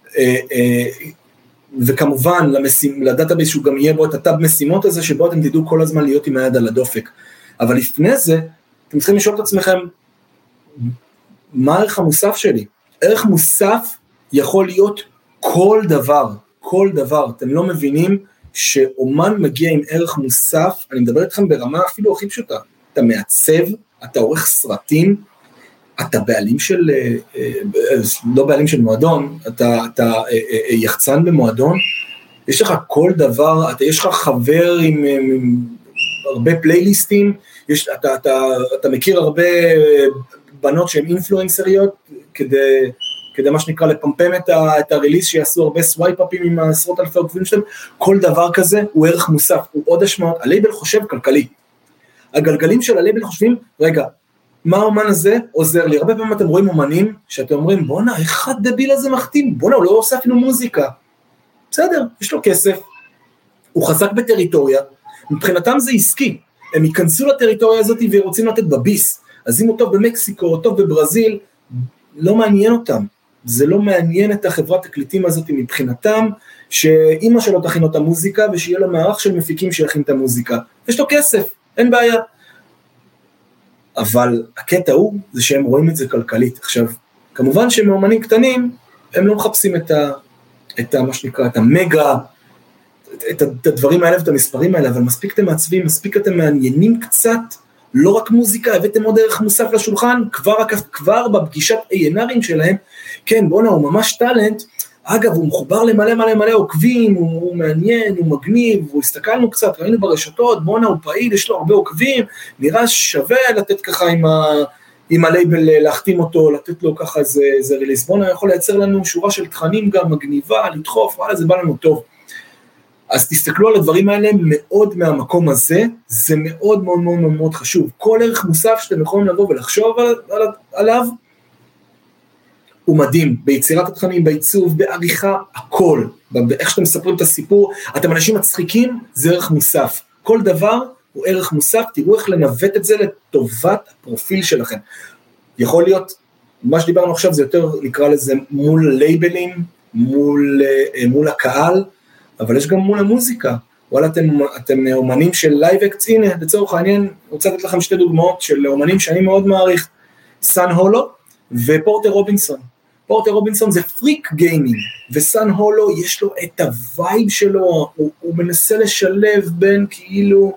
וכמובן לדאטאבייס שהוא גם יהיה בו את הטאב משימות הזה, שבו אתם תדעו כל הזמן להיות עם היד על הדופק. אבל לפני זה, אתם צריכים לשאול את עצמכם, מה הערך המוסף שלי? ערך מוסף יכול להיות כל דבר, כל דבר. אתם לא מבינים שאומן מגיע עם ערך מוסף, אני מדבר איתכם ברמה אפילו הכי פשוטה, אתה מעצב, אתה עורך סרטים, אתה בעלים של, לא בעלים של מועדון, אתה, אתה יחצן במועדון, יש לך כל דבר, אתה, יש לך חבר עם, עם הרבה פלייליסטים, יש, אתה, אתה, אתה מכיר הרבה בנות שהן אינפלואנסריות, כדי, כדי מה שנקרא לפמפם את, ה, את הריליס, שיעשו הרבה סווייפ-אפים עם עשרות אלפי עוקבים שלהם, כל דבר כזה הוא ערך מוסף, הוא עוד השמעות, הלייבל חושב כלכלי, הגלגלים של הלייבל חושבים, רגע, מה האומן הזה עוזר לי? הרבה פעמים אתם רואים אומנים, שאתם אומרים, בונה, איך הדביל הזה מחתים? בונה, הוא לא עושה אפילו מוזיקה. בסדר, יש לו כסף, הוא חזק בטריטוריה, מבחינתם זה עסקי, הם ייכנסו לטריטוריה הזאת ורוצים לתת בביס, אז אם הוא טוב במקסיקו, או טוב בברזיל, לא מעניין אותם, זה לא מעניין את החברת תקליטים הזאת מבחינתם, שאמא שלו תכין אותה מוזיקה, ושיהיה לו מערך של מפיקים שיכין את המוזיקה, יש לו כסף, אין בעיה, אבל הקטע הוא, זה שהם רואים את זה כלכלית. עכשיו, כמובן שהם מאומנים קטנים, הם לא מחפשים את ה, את ה, מה שנקרא, את המגה, את, את הדברים האלה ואת המספרים האלה, אבל מספיק אתם מעצבים, מספיק אתם מעניינים קצת, לא רק מוזיקה, הבאתם עוד ערך מוסף לשולחן, כבר, כבר בפגישת איינרים שלהם, כן, בונה, הוא ממש טלנט, אגב, הוא מחובר למלא מלא מלא עוקבים, הוא, הוא מעניין, הוא מגניב, הוא הסתכלנו קצת, ראינו ברשתות, בונה, הוא פעיל, יש לו הרבה עוקבים, נראה שווה לתת ככה עם, ה, עם הלייבל, להחתים אותו, לתת לו ככה איזה, איזה ריליס, בונה יכול לייצר לנו שורה של תכנים גם מגניבה, לדחוף, וואלה, זה בא לנו טוב. אז תסתכלו על הדברים האלה מאוד מהמקום הזה, זה מאוד מאוד מאוד מאוד חשוב. כל ערך מוסף שאתם יכולים לבוא ולחשוב על, על, עליו, הוא מדהים, ביצירת התכנים, בעיצוב, בעריכה, הכל, באיך שאתם מספרים את הסיפור, אתם אנשים מצחיקים, זה ערך מוסף, כל דבר הוא ערך מוסף, תראו איך לנווט את זה לטובת הפרופיל שלכם, יכול להיות, מה שדיברנו עכשיו זה יותר, נקרא לזה מול לייבלים, מול, מול הקהל, אבל יש גם מול המוזיקה, וואלה אתם, אתם אומנים של לייב אקטס, הנה, לצורך העניין, רוצה לתת לכם שתי דוגמאות של אומנים שאני מאוד מעריך, סן הולו ופורטר רובינסון, פורטר רובינסון זה פריק גיימינג, וסן הולו יש לו את הווייב שלו, הוא, הוא מנסה לשלב בין כאילו,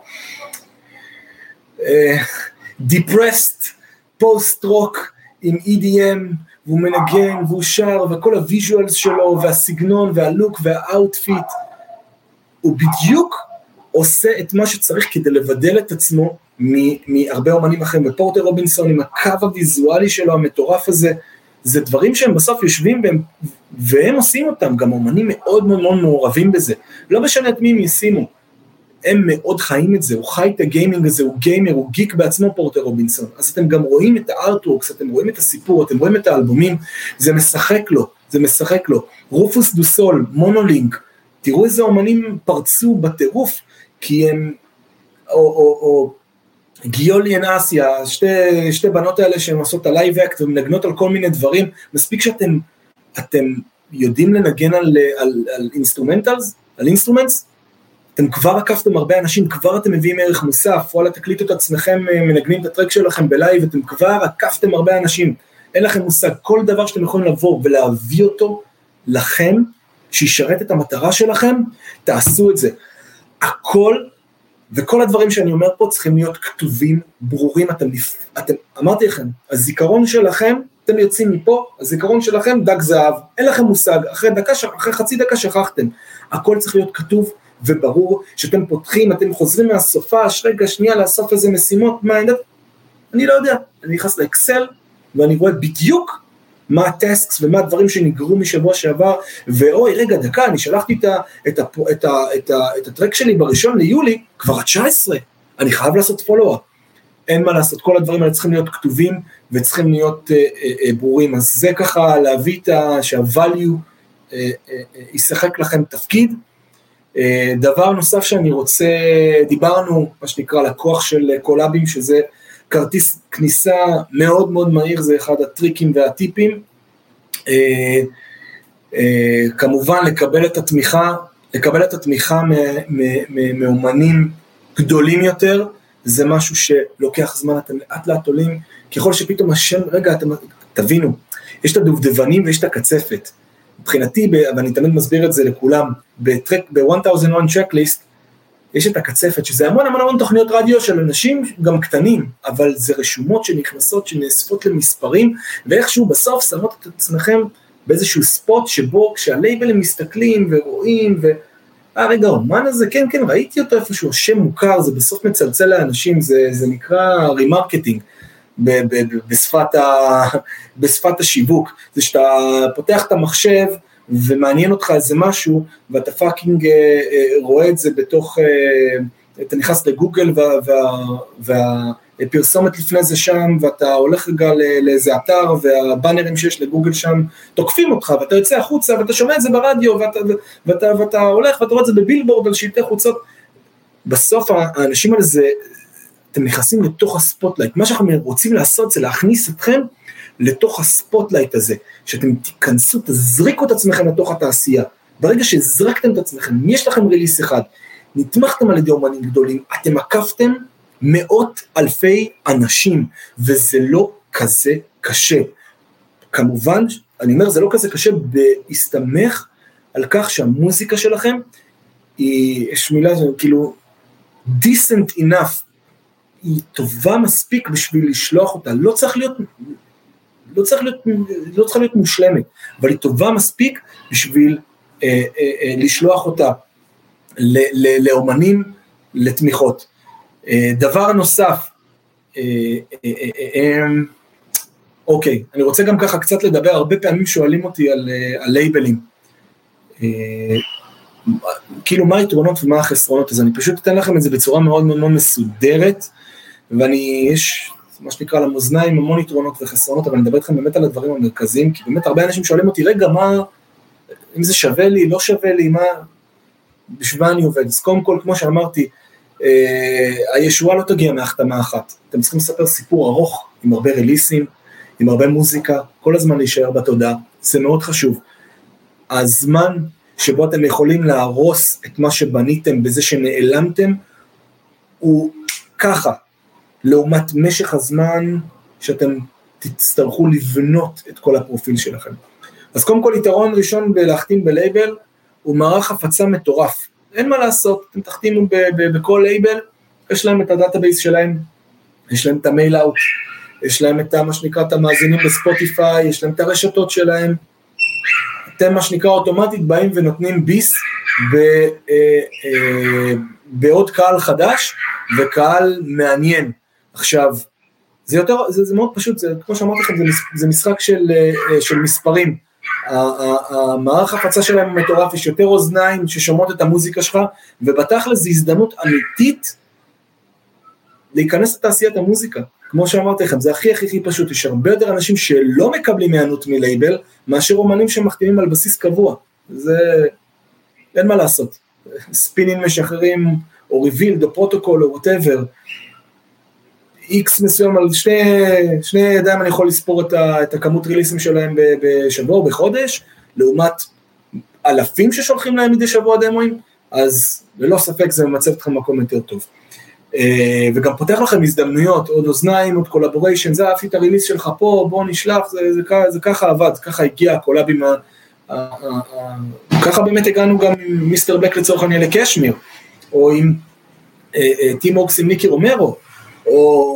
uh, depressed, post-rock עם E D M, והוא מנגן, והוא שר, וכל הוויז'ואלס שלו, והסגנון, והלוק, והאוטפיט, הוא בדיוק עושה את מה שצריך כדי לבדל את עצמו מהרבה אומנים אחרים, ופורטר רובינסון עם הקו הוויזואלי שלו, המטורף הזה, זה דברים שהם בסוף יושבים והם, והם עושים אותם, גם אומנים מאוד מאוד מאוד מעורבים בזה, לא משנה את מי הם ישימו, הם מאוד חיים את זה, הוא חי את הגיימינג הזה, הוא גיימר, הוא גיק בעצמו פורטר רובינסון, אז אתם גם רואים את הארטוורקס, אתם רואים את הסיפור, אתם רואים את האלבומים, זה משחק לו, זה משחק לו, רופוס דו סול, מונולינק, תראו איזה אומנים פרצו בטירוף, כי הם, או, או, או, גיולי אנסיה, שתי, שתי בנות האלה שהן עושות הלייב אקט ומנגנות על כל מיני דברים, מספיק שאתם אתם יודעים לנגן על, על, על אינסטרומנטלס, על אינסטרומנטס, אתם כבר עקפתם הרבה אנשים, כבר אתם מביאים ערך מוסף, וואלה תקליטו את עצמכם, מנגנים את הטרק שלכם בלייב, אתם כבר עקפתם הרבה אנשים, אין לכם מושג, כל דבר שאתם יכולים לבוא ולהביא אותו לכם, שישרת את המטרה שלכם, תעשו את זה. הכל, וכל הדברים שאני אומר פה צריכים להיות כתובים, ברורים, אתם, אתם אמרתי לכם, הזיכרון שלכם, אתם יוצאים מפה, הזיכרון שלכם דג זהב, אין לכם מושג, אחרי, דקה, אחרי חצי דקה שכחתם, הכל צריך להיות כתוב וברור, שאתם פותחים, אתם חוזרים מהסופה, רגע שנייה לאסוף איזה משימות, מה, אני לא יודע, אני נכנס לאקסל, ואני רואה בדיוק מה הטסקס ומה הדברים שנגרו משבוע שעבר, ואוי רגע דקה, אני שלחתי את, ה, את, ה, את, ה, את, ה, את הטרק שלי בראשון ליולי, כבר ה-תשע עשרה, אני חייב לעשות פולו-אפ, אין מה לעשות, כל הדברים האלה צריכים להיות כתובים, וצריכים להיות אה, אה, ברורים, אז זה ככה להביא את ה... שה-value אה, אה, ישחק לכם תפקיד. אה, דבר נוסף שאני רוצה, דיברנו, מה שנקרא, לקוח של קולאבים, שזה כרטיס כניסה מאוד מאוד מהיר, זה אחד הטריקים והטיפים, אה, אה, כמובן לקבל את התמיכה, לקבל את התמיכה מאומנים גדולים יותר, זה משהו שלוקח זמן, אתם לאט לאט עולים, ככל שפתאום השם, רגע, אתם, תבינו, יש את הדובדבנים ויש את הקצפת, מבחינתי, ואני תמיד מסביר את זה לכולם, ב-אלף ואחת checklist, יש את הקצפת, שזה המון המון המון תוכניות רדיו של אנשים גם קטנים, אבל זה רשומות שנכנסות, שנאספות למספרים, ואיכשהו בסוף שמות את עצמכם באיזשהו ספוט, שבו כשהלייבלים מסתכלים ורואים, ו... אה רגע, אומן הזה, כן כן, ראיתי אותו איפשהו, השם מוכר, זה בסוף מצלצל לאנשים, זה, זה נקרא רימרקטינג, ב- ב- בשפת, ה- בשפת השיווק, זה שאתה פותח את המחשב, ומעניין אותך איזה משהו, ואתה פאקינג אה, אה, רואה את זה בתוך, אה, אתה נכנס לגוגל, וה, וה, והפרסומת לפני זה שם, ואתה הולך רגע לאיזה אתר, והבאנרים שיש לגוגל שם, תוקפים אותך, ואתה יוצא החוצה, ואתה שומע את זה ברדיו, ואתה, ואתה, ואתה הולך, ואתה רואה את זה בבילבורד, על שלטי חוצות, בסוף האנשים האלה זה, אתם נכנסים לתוך הספוטלייט, מה שאנחנו רוצים לעשות זה להכניס אתכם לתוך הספוטלייט הזה, שאתם תיכנסו, תזריקו את עצמכם לתוך התעשייה, ברגע שזרקתם את עצמכם, אם יש לכם ריליס אחד, נתמכתם על ידי אומנים גדולים, אתם עקפתם מאות אלפי אנשים, וזה לא כזה קשה, כמובן, אני אומר זה לא כזה קשה, בהסתמך על כך שהמוזיקה שלכם, היא, יש מילה, כאילו, decent enough, היא טובה מספיק בשביל לשלוח אותה, לא צריך להיות, לא צריך להיות, לא צריך להיות מושלמת, אבל היא טובה מספיק בשביל אה, אה, אה, לשלוח אותה ל, ל, לאומנים, לתמיכות. אה, דבר נוסף, אה, אה, אה, אה, אוקיי, אני רוצה גם ככה קצת לדבר, הרבה פעמים שואלים אותי על, אה, על לייבלים, אה, כאילו מה היתרונות ומה החסרונות, אז אני פשוט אתן לכם את זה בצורה מאוד מאוד מאוד מסודרת, ואני, יש מה שנקרא למאזניים המון יתרונות וחסרונות, אבל אני מדבר איתכם באמת על הדברים המרכזיים, כי באמת הרבה אנשים שואלים אותי, רגע, מה, אם זה שווה לי, לא שווה לי, מה, בשביל אני עובד, אז קודם כל, כמו שאמרתי, אה, הישועה לא תגיע מהחתמה אחת, אתם צריכים לספר סיפור ארוך, עם הרבה ריליסים, עם הרבה מוזיקה, כל הזמן להישאר בתודעה, זה מאוד חשוב, הזמן שבו אתם יכולים להרוס את מה שבניתם בזה שנעלמתם, הוא ככה, לעומת משך הזמן שאתם תצטרכו לבנות את כל הפרופיל שלכם. אז קודם כל יתרון ראשון בלהחתים בלייבל, הוא מערך הפצה מטורף, אין מה לעשות, אתם תחתימו ב- ב- בכל לייבל, יש להם את הדאטאבייס שלהם, יש להם את המייל אאוט, יש להם את מה שנקרא את המאזינים בספוטיפיי, יש להם את הרשתות שלהם, אתם מה שנקרא אוטומטית באים ונותנים ביס ב, אה, אה, בעוד קהל חדש וקהל מעניין. עכשיו, זה יותר, זה, זה מאוד פשוט, זה, כמו שאמרתי לכם, זה, זה משחק של, אה, של מספרים. המערך הפצה שלהם מטורף, יש יותר אוזניים ששומעות את המוזיקה שלך, ובתכל'ס זו הזדמנות אמיתית להיכנס לתעשיית המוזיקה. כמו שאמרתי לכם, זה הכי הכי הכי פשוט, יש הרבה יותר אנשים שלא מקבלים מענות מלייבל, מאשר אומנים שמחתימים על בסיס קבוע, זה, אין מה לעשות, ספינים משחררים, או ריבילד, או פרוטוקול, או whatever, איקס מסוים, על שני, שני ידיים אני יכול לספור את, ה, את הכמות ריליסים שלהם בשבוע או בחודש, לעומת אלפים ששולחים להם מדי שבוע דמוים, אז ללא ספק זה ממצב אתכם מקום יותר טוב. וגם פותח לכם הזדמנויות, עוד אוזניים, עוד קולבוריישן, זה אף את הריליס שלך פה, בוא נשלח, זה, זה, זה, זה ככה עבד, ככה הגיע הקולאבים, ככה באמת הגענו גם עם מיסטר בק לצורך העניין לקשמיר, או עם טים אוקס עם ניקי רומרו, או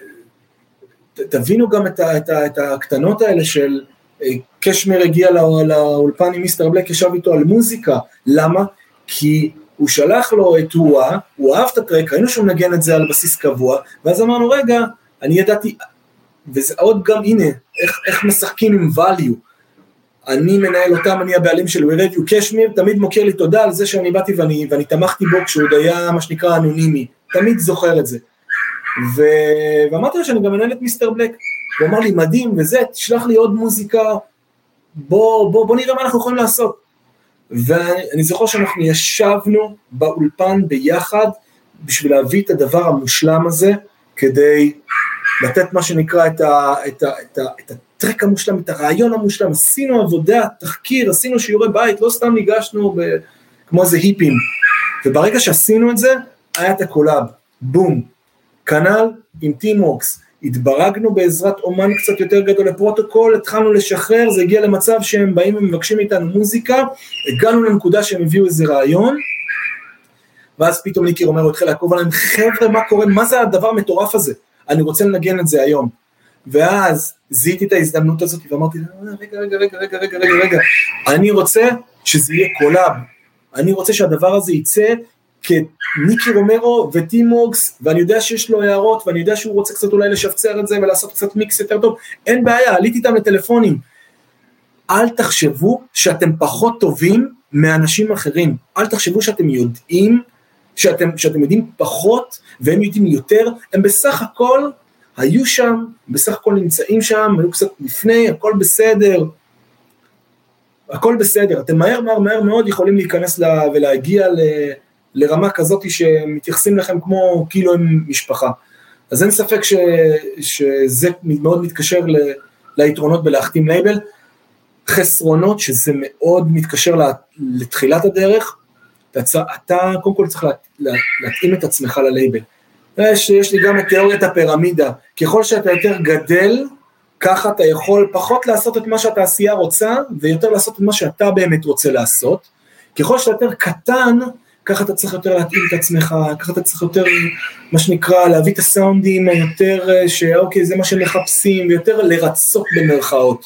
תבינו גם את, ה, את, ה, את הקטנות האלה של קשמיר הגיע לאולפן עם מיסטר בק, ישב איתו על מוזיקה, למה? כי הוא שלח לו את וואה, הוא אהב את הטרק, ראינו שהוא מנגן את זה על בסיס קבוע, ואז אמרנו, רגע, אני ידעתי, וזה עוד גם, הנה, איך, איך משחקים עם value, אני מנהל אותם, אני הבעלים של We Review קשמיר, תמיד מוכר לי תודה על זה שאני באתי ואני, ואני תמכתי בו, כשהוא עוד היה מה שנקרא אנונימי, תמיד זוכר את זה. ואמרתי לו שאני גם מנהל את מיסטר בלק, הוא אמר לי, מדהים, וזה, תשלח לי עוד מוזיקה, בוא, בוא, בוא נראה מה אנחנו יכולים לעשות. ואני זוכר שאנחנו ישבנו באולפן ביחד, בשביל להביא את הדבר המושלם הזה, כדי לתת מה שנקרא את, ה, את, ה, את, ה, את הטרק המושלם, את הרעיון המושלם, עשינו עבודה, תחקיר, עשינו שיעורי בית, לא סתם ניגשנו ב, כמו איזה היפים, וברגע שעשינו את זה, היה את הקולאב, בום, כנ"ל עם טימוקס, התברגנו בעזרת אומן קצת יותר גדול לפרוטוקול, התחלנו לשחרר, זה הגיע למצב שהם באים ומבקשים איתנו מוזיקה, הגענו לנקודה שהם הביאו איזה רעיון, ואז פתאום ניקי אומר, התחיל לעקוב עליהם, חבר'ה, מה קורה, מה זה הדבר המטורף הזה? אני רוצה לנגן את זה היום. ואז זיהיתי את ההזדמנות הזאת, ואמרתי, רגע, רגע, רגע, רגע, רגע, רגע, רגע, אני רוצה שזה יהיה קולאב, אני רוצה שהדבר הזה יצא, כניקי רומרו וטימוקס, ואני יודע שיש לו הערות, ואני יודע שהוא רוצה קצת אולי לשפצר את זה, ולעשות קצת מיקס יותר טוב, אין בעיה, עליתי איתם לטלפונים, אל תחשבו שאתם פחות טובים מאנשים אחרים, אל תחשבו שאתם יודעים, שאתם, שאתם יודעים פחות, והם יודעים יותר, הם בסך הכל היו שם, בסך הכל נמצאים שם, היו קצת לפני, הכל בסדר, הכל בסדר, אתם מהר מהר מהר מאוד יכולים להיכנס לה, ולהגיע ל... לרמה כזאת שמתייחסים לכם כמו כאילו הם משפחה. אז אין ספק ש, שזה מאוד מתקשר ל, ליתרונות בלהחתים לייבל, חסרונות שזה מאוד מתקשר לתחילת הדרך, אתה, אתה קודם כל צריך לה, לה, להתאים את עצמך ללייבל. יש, יש לי גם את תיאוריית הפירמידה, ככל שאתה יותר גדל, ככה אתה יכול פחות לעשות את מה שהתעשייה רוצה, ויותר לעשות את מה שאתה באמת רוצה לעשות, ככל שאתה יותר קטן, ככה אתה צריך יותר להתאים את עצמך, ככה אתה צריך יותר, מה שנקרא, להביא את הסאונדים יותר, שאוקיי, זה מה שמחפשים, ויותר לרצות במרכאות.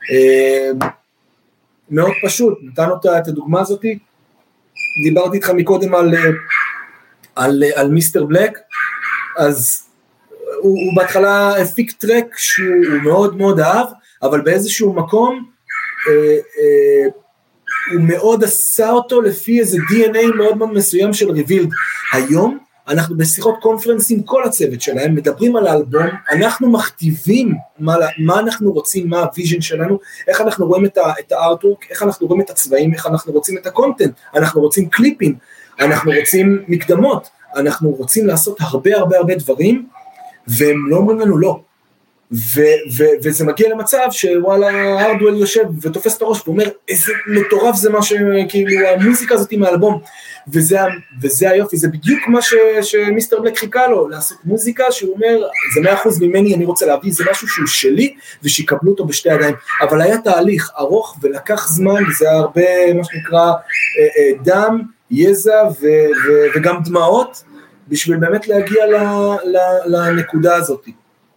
מאוד פשוט, נתנו את הדוגמה הזאת, דיברתי איתך מקודם על, על, על מיסטר בלק, אז הוא, הוא בהתחלה הפיק טרק שהוא מאוד מאוד אהב, אבל באיזשהו מקום, אה, אה, הוא מאוד עשה אותו לפי איזה די אן איי מאוד מאוד מסוים של ריבילד. היום אנחנו בשיחות קונפרנס עם כל הצוות שלהם, מדברים על האלבום, אנחנו מכתיבים מה, מה אנחנו רוצים, מה הוויז'ן שלנו, איך אנחנו רואים את הארטוורק, איך אנחנו רואים את הצבעים, איך אנחנו רוצים את הקונטנט, אנחנו רוצים קליפים, אנחנו רוצים מקדמות, אנחנו רוצים לעשות הרבה הרבה הרבה דברים, והם לא אומרים לנו לא. ו- ו- וזה מגיע למצב שוואלה ארדואל יושב ותופס את הראש ואומר איזה מטורף זה מה שכאילו המוזיקה הזאת עם האלבום, וזה, וזה היופי, זה בדיוק מה ש- שמיסטר בלק חיכה לו, לעשות מוזיקה שהוא אומר זה מאה אחוז ממני, אני רוצה להביא, זה משהו שהוא שלי ושיקבלו אותו בשתי ידיים, אבל היה תהליך ארוך ולקח זמן, וזה הרבה מה שנקרא דם, יזע ו- ו- וגם דמעות, בשביל באמת להגיע ל- ל- לנקודה הזאת.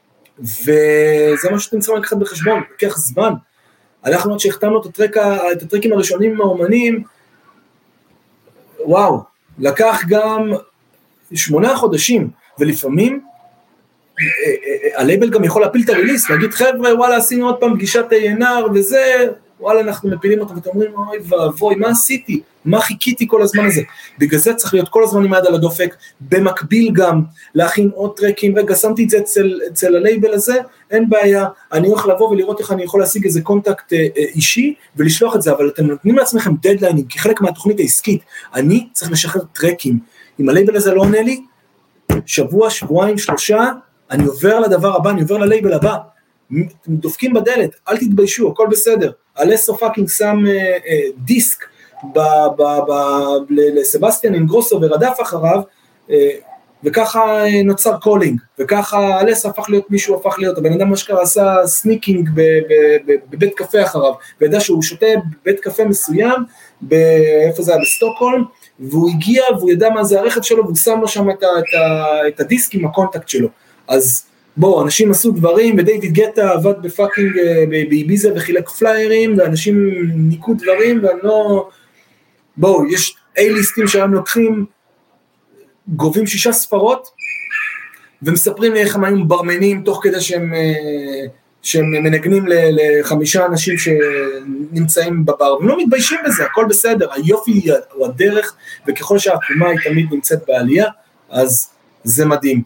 וזה מה שאתם צריכים לקחת בחשבון, לקח זמן. אנחנו עוד שהחתמנו את, הטרק, את הטרקים הראשונים עם האומנים, וואו, לקח גם שמונה חודשים, ולפעמים הלייבל גם יכול להפיל את הריליס, להגיד חבר'ה, וואלה, עשינו עוד פעם פגישת איי אן אר, וזה, וואלה, אנחנו מפילים אותם, ואתם אומרים, אוי ואבוי, מה עשיתי? מה חיכיתי כל הזמן הזה? בגלל זה צריך להיות כל הזמן עם יד על הדופק, במקביל גם להכין עוד טרקים, רגע, שמתי את זה אצל, אצל הלייבל הזה, אין בעיה, אני הולך לבוא ולראות איך אני יכול להשיג איזה קונטקט אה, אישי, ולשלוח את זה, אבל אתם נותנים לעצמכם דדליינים, כחלק מהתוכנית העסקית, אני צריך לשחרר טרקים, אם הלייבל הזה לא עונה לי, שבוע, שבועיים, שלושה, אני עובר לדבר הבא, אני עובר ללייבל הבא, אתם דופקים בדלת, אל תתביישו, הכל בסדר, אלסו פאקינג שם אה, אה, דיסק, לסבסטיאן אינגרוסו ורדף אחריו, וככה נוצר קולינג, וככה אלס הפך להיות מישהו, הפך להיות, הבן אדם משקר עשה סניקינג בבית קפה אחריו, וידע שהוא שותה בבית קפה מסוים, איפה זה היה? בסטוקהולם, והוא הגיע, והוא ידע מה זה הרכב שלו, והוא שם לו שם את הדיסק עם הקונטקט שלו, אז בואו, אנשים עשו דברים, ודייוויד גטה עבד בפאקינג באיביזה, וחילק פליירים, ואנשים ניקו דברים, ואני לא... בואו, יש איי-ליסטים שהם לוקחים, גובים שישה ספרות, ומספרים לי איך הם היו ברמנים, תוך כדי שהם, שהם מנגנים לחמישה אנשים שנמצאים בבר, והם לא מתביישים בזה, הכל בסדר, היופי הוא הדרך, וככל שהעקומה היא תמיד נמצאת בעלייה, אז זה מדהים.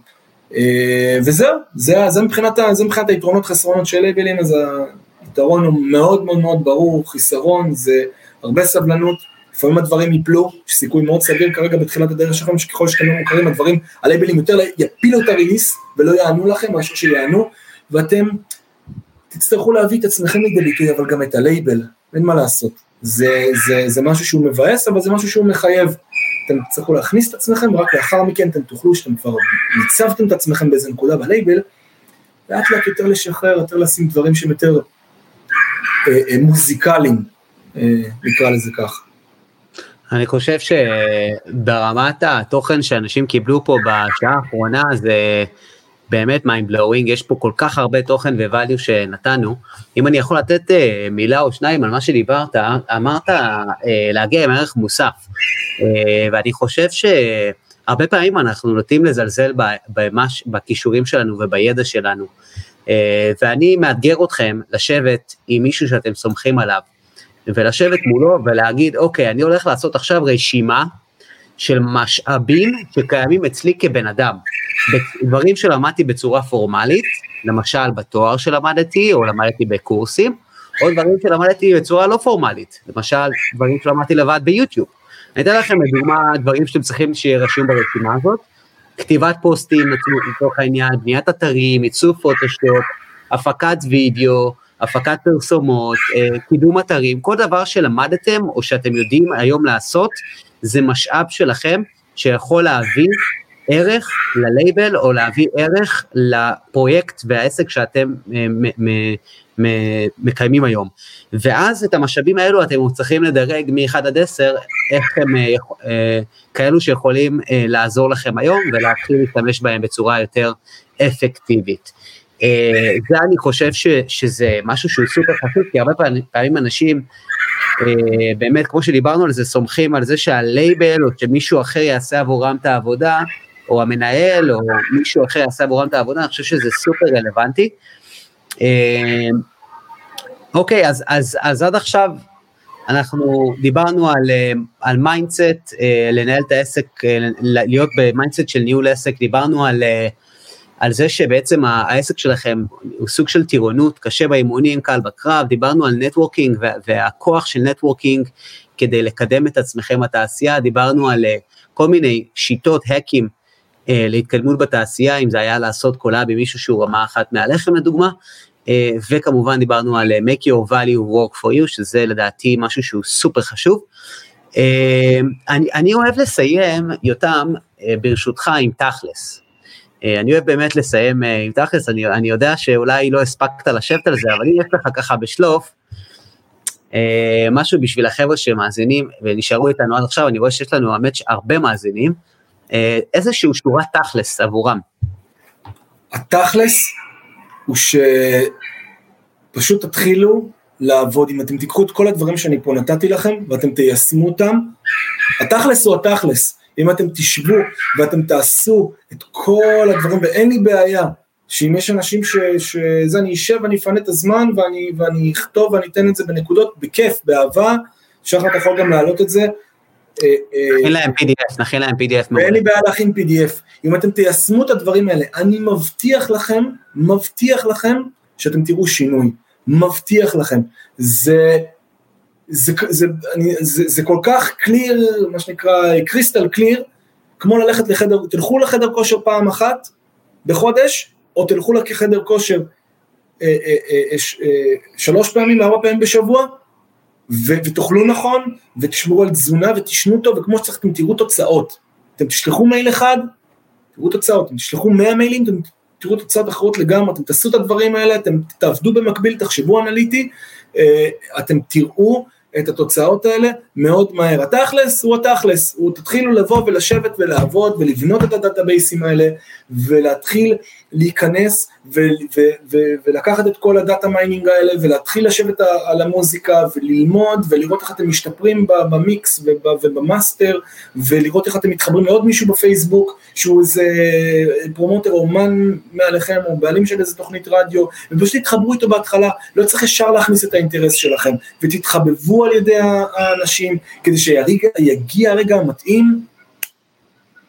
וזהו, זה, זה מבחינת, זה מבחינת היתרונות חסרונות של לייבלים, אז היתרון הוא מאוד מאוד מאוד ברור, חיסרון זה הרבה סבלנות, לפעמים הדברים ייפלו, יש סיכוי מאוד סביר כרגע בתחילת הדרך שלכם, שככל שאתם לא מוכרים הדברים, הלייבלים יותר יפילו את הריליס, ולא יענו לכם, משהו שיענו, ואתם תצטרכו להביא את עצמכם לידי ביטוי, אבל גם את הלייבל, אין מה לעשות, זה, זה, זה משהו שהוא מבאס, אבל זה משהו שהוא מחייב, אתם תצטרכו להכניס את עצמכם, רק לאחר מכן אתם תוכלו שאתם כבר ניצבתם את עצמכם באיזה נקודה בלייבל, לאט לאט יותר לשחרר, יותר לשים דברים שהם יותר אה, אה, מוזיקליים, אה, נקרא לזה כך. אני חושב שברמת התוכן שאנשים קיבלו פה בשעה האחרונה, זה באמת mind blowing, יש פה כל כך הרבה תוכן ו-value שנתנו, אם אני יכול לתת uh, מילה או שניים על מה שדיברת, אמרת uh, להגיע עם ערך מוסף, uh, ואני חושב שהרבה פעמים אנחנו נוטים לזלזל במש, בכישורים שלנו ובידע שלנו, uh, ואני מאתגר אתכם לשבת עם מישהו שאתם סומכים עליו, ולשבת מולו ולהגיד, אוקיי, אני הולך לעשות עכשיו רשימה של משאבים שקיימים אצלי כבן אדם, דברים שלמדתי בצורה פורמלית, למשל בתואר שלמדתי, או למדתי בקורסים, או דברים שלמדתי בצורה לא פורמלית, למשל דברים שלמדתי לבד ביוטיוב. אני אתן לכם לדוגמה דברים שאתם צריכים שיהיה רשום ברשימה הזאת, כתיבת פוסטים, לצורך העניין, בניית אתרים, עיצוב פוטושופ, הפקת וידאו, הפקת פרסומות, קידום אתרים, כל דבר שלמדתם או שאתם יודעים היום לעשות, זה משאב שלכם שיכול להביא ערך ללייבל או להביא ערך לפרויקט והעסק שאתם מקיימים היום. ואז את המשאבים האלו אתם צריכים לדרג מ-אחד עד עשר, איך הם כאלו שיכולים לעזור לכם היום ולהתחיל להשתמש בהם בצורה יותר אפקטיבית. זה אני חושב ש, שזה משהו שהוא סופר חשוב, כי הרבה פעמים אנשים, באמת כמו שדיברנו על זה, סומכים על זה שהלייבל או שמישהו אחר יעשה עבורם את העבודה, או המנהל או מישהו אחר יעשה עבורם את העבודה, אני חושב שזה סופר רלוונטי. אוקיי, אז, אז, אז עד עכשיו אנחנו דיברנו על, על מיינדסט, לנהל את העסק, להיות במיינדסט של ניהול עסק, דיברנו על על זה שבעצם העסק שלכם הוא סוג של טירונות, קשה באימונים, קל בקרב, דיברנו על נטוורקינג והכוח של נטוורקינג כדי לקדם את עצמכם בתעשייה, דיברנו על כל מיני שיטות, האקים להתקדמות בתעשייה, אם זה היה לעשות קולאב עם מישהו שהוא רמה אחת מהלחם לדוגמה, וכמובן דיברנו על make your value work for you, שזה לדעתי משהו שהוא סופר חשוב. אני, אני אוהב לסיים, יותם, ברשותך עם תכלס. אני אוהב באמת לסיים עם תכלס, אני, אני יודע שאולי לא הספקת לשבת על זה, אבל אם יש לך ככה בשלוף, משהו בשביל החבר'ה שמאזינים, ונשארו איתנו עד עכשיו, אני רואה שיש לנו האמת הרבה מאזינים, איזשהו שורה תכלס עבורם. התכלס הוא שפשוט תתחילו לעבוד, אם אתם תיקחו את כל הדברים שאני פה נתתי לכם, ואתם תיישמו אותם, התכלס הוא התכלס, אם אתם תשבו ואתם תעשו את כל הדברים, ואין לי בעיה, שאם יש אנשים ש, שזה אני אשב ואני אפנה את הזמן, ואני, ואני אכתוב ואני אתן את זה בנקודות, בכיף, באהבה, שאחר אתה יכול גם להעלות את זה. נכין להם פי די אף, נכין להם פי די אף. ואין לי בעיה להכין פי די אף. אם אתם תיישמו את הדברים האלה, אני מבטיח לכם, מבטיח לכם, שאתם תראו שינוי. מבטיח לכם. זה... זה, זה, אני, זה, זה כל כך קליר, מה שנקרא, קריסטל קליר, כמו ללכת לחדר, תלכו לחדר כושר פעם אחת בחודש, או תלכו לחדר כושר אה, אה, אה, אה, שלוש פעמים, ארבע פעמים בשבוע, ו, ותאכלו נכון, ותשמרו על תזונה, ותשנו אותו, וכמו שצריך, אתם תראו תוצאות. אתם תשלחו מייל אחד, תראו תוצאות, אתם תשלחו מאה מיילים, אתם תראו תוצאות אחרות לגמרי, אתם תעשו את הדברים האלה, אתם תעבדו במקביל, תחשבו אנליטי, אה, אתם תראו, את התוצאות האלה מאוד מהר. התכלס הוא התכלס, הוא תתחילו לבוא ולשבת ולעבוד ולבנות את הדאטאבייסים האלה, ולהתחיל להיכנס ו- ו- ו- ולקחת את כל הדאטה מיינינג האלה, ולהתחיל לשבת על המוזיקה וללמוד, ולראות איך אתם משתפרים במיקס ובמאסטר, ולראות איך אתם מתחברים לעוד מישהו בפייסבוק, שהוא איזה פרומוטר או אומן מעליכם, או בעלים של איזה תוכנית רדיו, ופשוט תתחברו איתו בהתחלה, לא צריך ישר להכניס את האינטרס שלכם, ותתחבבו על ידי האנשים, כדי שיגיע הרגע המתאים,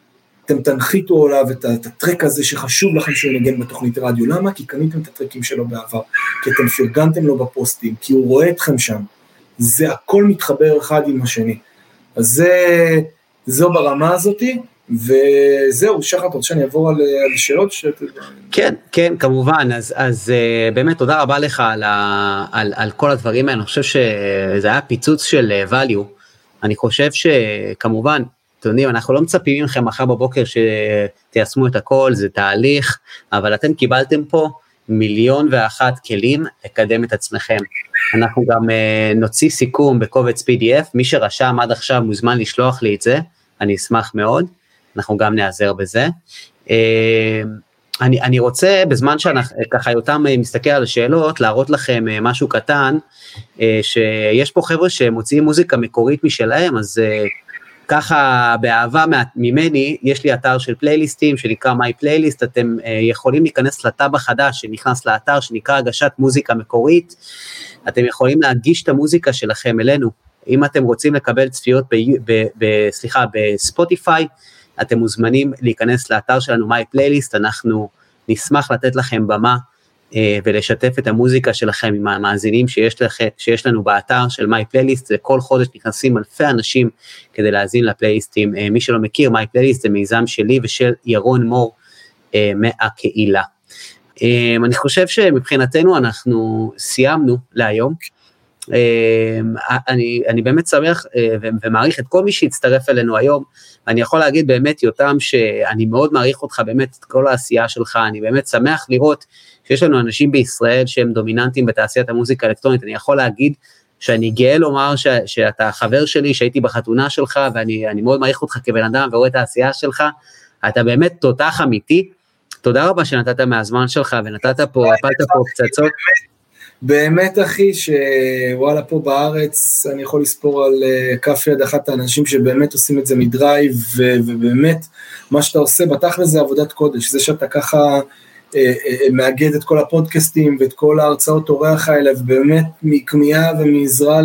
אתם תנחיתו עליו את, את הטרק הזה שחשוב לכם שהוא נגן בתוכנית רדיו, למה? כי קניתם את הטרקים שלו בעבר, כי אתם פרגנתם לו בפוסטים, כי הוא רואה אתכם שם, זה הכל מתחבר אחד עם השני, אז זה, זו ברמה הזאת, וזהו, שחר, אתה רוצה שאני אעבור על, על שאלות? שאת... כן, כן, כמובן, אז, אז באמת תודה רבה לך על, ה, על, על כל הדברים האלה, אני חושב שזה היה פיצוץ של value, אני חושב שכמובן, אתם יודעים, אנחנו לא מצפים מכם מחר בבוקר שתיישמו את הכל, זה תהליך, אבל אתם קיבלתם פה מיליון ואחת כלים לקדם את עצמכם. אנחנו גם uh, נוציא סיכום בקובץ פי די אף, מי שרשם עד עכשיו מוזמן לשלוח לי את זה, אני אשמח מאוד, אנחנו גם נעזר בזה. Uh, אני, אני רוצה, בזמן שככה יותם מסתכל על השאלות, להראות לכם uh, משהו קטן, uh, שיש פה חבר'ה שמוציאים מוזיקה מקורית משלהם, אז... Uh, ככה באהבה ממני, יש לי אתר של פלייליסטים, שנקרא My Playlist, אתם uh, יכולים להיכנס לטאב החדש, שנכנס לאתר, שנקרא הגשת מוזיקה מקורית, אתם יכולים להגיש את המוזיקה שלכם אלינו, אם אתם רוצים לקבל צפיות, ב, ב, ב, סליחה, בספוטיפיי, אתם מוזמנים להיכנס לאתר שלנו My Playlist, אנחנו נשמח לתת לכם במה, ולשתף את המוזיקה שלכם עם המאזינים שיש, לכ... שיש לנו באתר של My Playlist, זה כל חודש נכנסים אלפי אנשים כדי להאזין לפלייליסטים, מי שלא מכיר, My Playlist זה מיזם שלי ושל ירון מור מהקהילה. אני חושב שמבחינתנו אנחנו סיימנו להיום, אני, אני באמת שמח ומעריך את כל מי שהצטרף אלינו היום, אני יכול להגיד באמת יותם שאני מאוד מעריך אותך באמת את כל העשייה שלך, אני באמת שמח לראות שיש לנו אנשים בישראל שהם דומיננטים בתעשיית המוזיקה האלקטרונית, אני יכול להגיד שאני גאה לומר ש, שאתה חבר שלי, שהייתי בחתונה שלך, ואני אני מאוד מעריך אותך כבן אדם ורואה את העשייה שלך, אתה באמת תותח אמיתי, תודה רבה שנתת מהזמן שלך, ונתת פה, הפלת פה פצצות. באמת אחי, שוואלה פה בארץ, אני יכול לספור על כף יד אחת האנשים שבאמת עושים את זה מדרייב, ובאמת מה שאתה עושה בתכל'ס זה עבודת קודש, זה שאתה ככה מאגד את כל הפודקאסטים ואת כל ההרצאות אורח האלה, ובאמת מכמיהה ומעזרה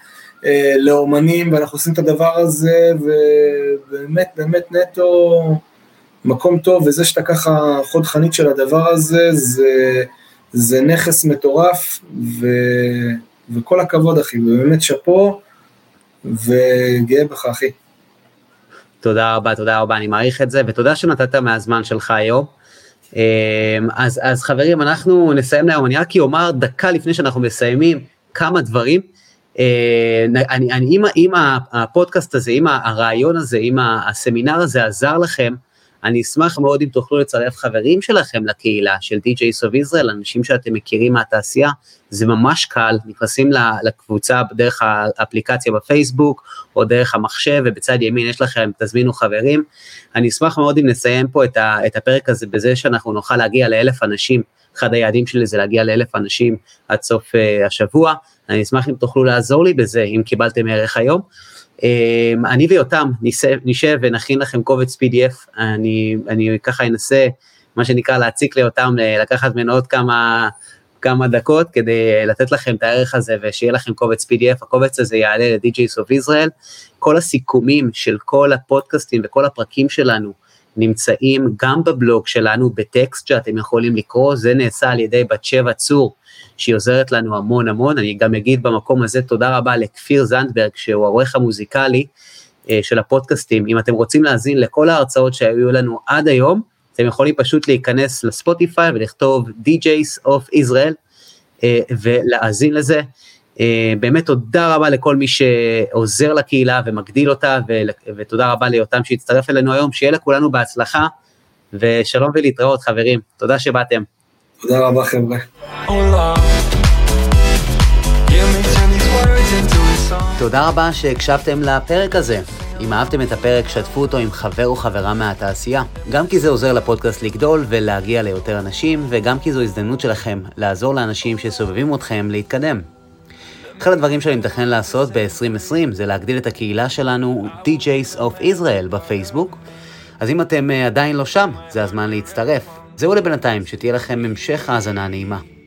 לאומנים, ואנחנו עושים את הדבר הזה, ובאמת באמת נטו מקום טוב, וזה שאתה ככה חוד חנית של הדבר הזה, זה... זה נכס מטורף, ו... וכל הכבוד אחי, ובאמת שפו, וגאה בך אחי. תודה רבה, תודה רבה, אני מעריך את זה, ותודה שנתת מהזמן שלך היום. אז, אז חברים, אנחנו נסיים להיום, אני רק אומר דקה לפני שאנחנו מסיימים כמה דברים, אני, אני, אם, אם הפודקאסט הזה, אם הרעיון הזה, אם הסמינר הזה עזר לכם, אני אשמח מאוד אם תוכלו לצרף חברים שלכם לקהילה של די-ג'יי of Israel, אנשים שאתם מכירים מהתעשייה, זה ממש קל, נכנסים לקבוצה דרך האפליקציה בפייסבוק, או דרך המחשב, ובצד ימין יש לכם, תזמינו חברים, אני אשמח מאוד אם נסיים פה את הפרק הזה, בזה שאנחנו נוכל להגיע לאלף אנשים, אחד היעדים שלי זה להגיע לאלף אנשים, עד סוף השבוע, אני אשמח אם תוכלו לעזור לי בזה, אם קיבלתם ערך היום, אני ויותם נשב ונכין לכם קובץ פי די אף, אני, אני ככה אנסה, מה שנקרא להציק ליותם, לקחת ממנו עוד כמה, כמה דקות, כדי לתת לכם את הערך הזה, ושיהיה לכם קובץ פי די אף, הקובץ הזה יעלה ל-די-ג'יי of Israel, כל הסיכומים של כל הפודקאסטים, וכל הפרקים שלנו, נמצאים גם בבלוג שלנו, בטקסט שאתם יכולים לקרוא, זה נעשה על ידי בת שבע צור, שהיא עוזרת לנו המון המון, אני גם אגיד במקום הזה תודה רבה לכפיר זנדברג, שהוא העורך המוזיקלי של הפודקאסטים, אם אתם רוצים להאזין לכל ההרצאות שהיו לנו עד היום, אתם יכולים פשוט להיכנס לספוטיפיי, ולכתוב די-ג'יי of Israel, ולהאזין לזה, באמת תודה רבה לכל מי שעוזר לקהילה, ומגדיל אותה, ותודה רבה ליותם שהצטרף אלינו היום, שיהיה לכולנו בהצלחה, ושלום ולהתראות חברים, תודה שבאתם. תודה רבה חבר'ה. תודה רבה שהקשבתם לפרק הזה. אם אהבתם את הפרק, שתפו אותו עם חבר או חברה מהתעשייה. גם כי זה עוזר לפודקאסט לגדול ולהגיע ליותר אנשים, וגם כי זו הזדמנות שלכם לעזור לאנשים שסובבים אתכם להתקדם. אחד הדברים שאני מתכנן לעשות ב-עשרים עשרים זה להגדיל את הקהילה שלנו די-ג'יי of Israel בפייסבוק. אז אם אתם עדיין לא שם, זה הזמן להצטרף. זהו לבינתיים, שתהיה לכם המשך האזנה נעימה.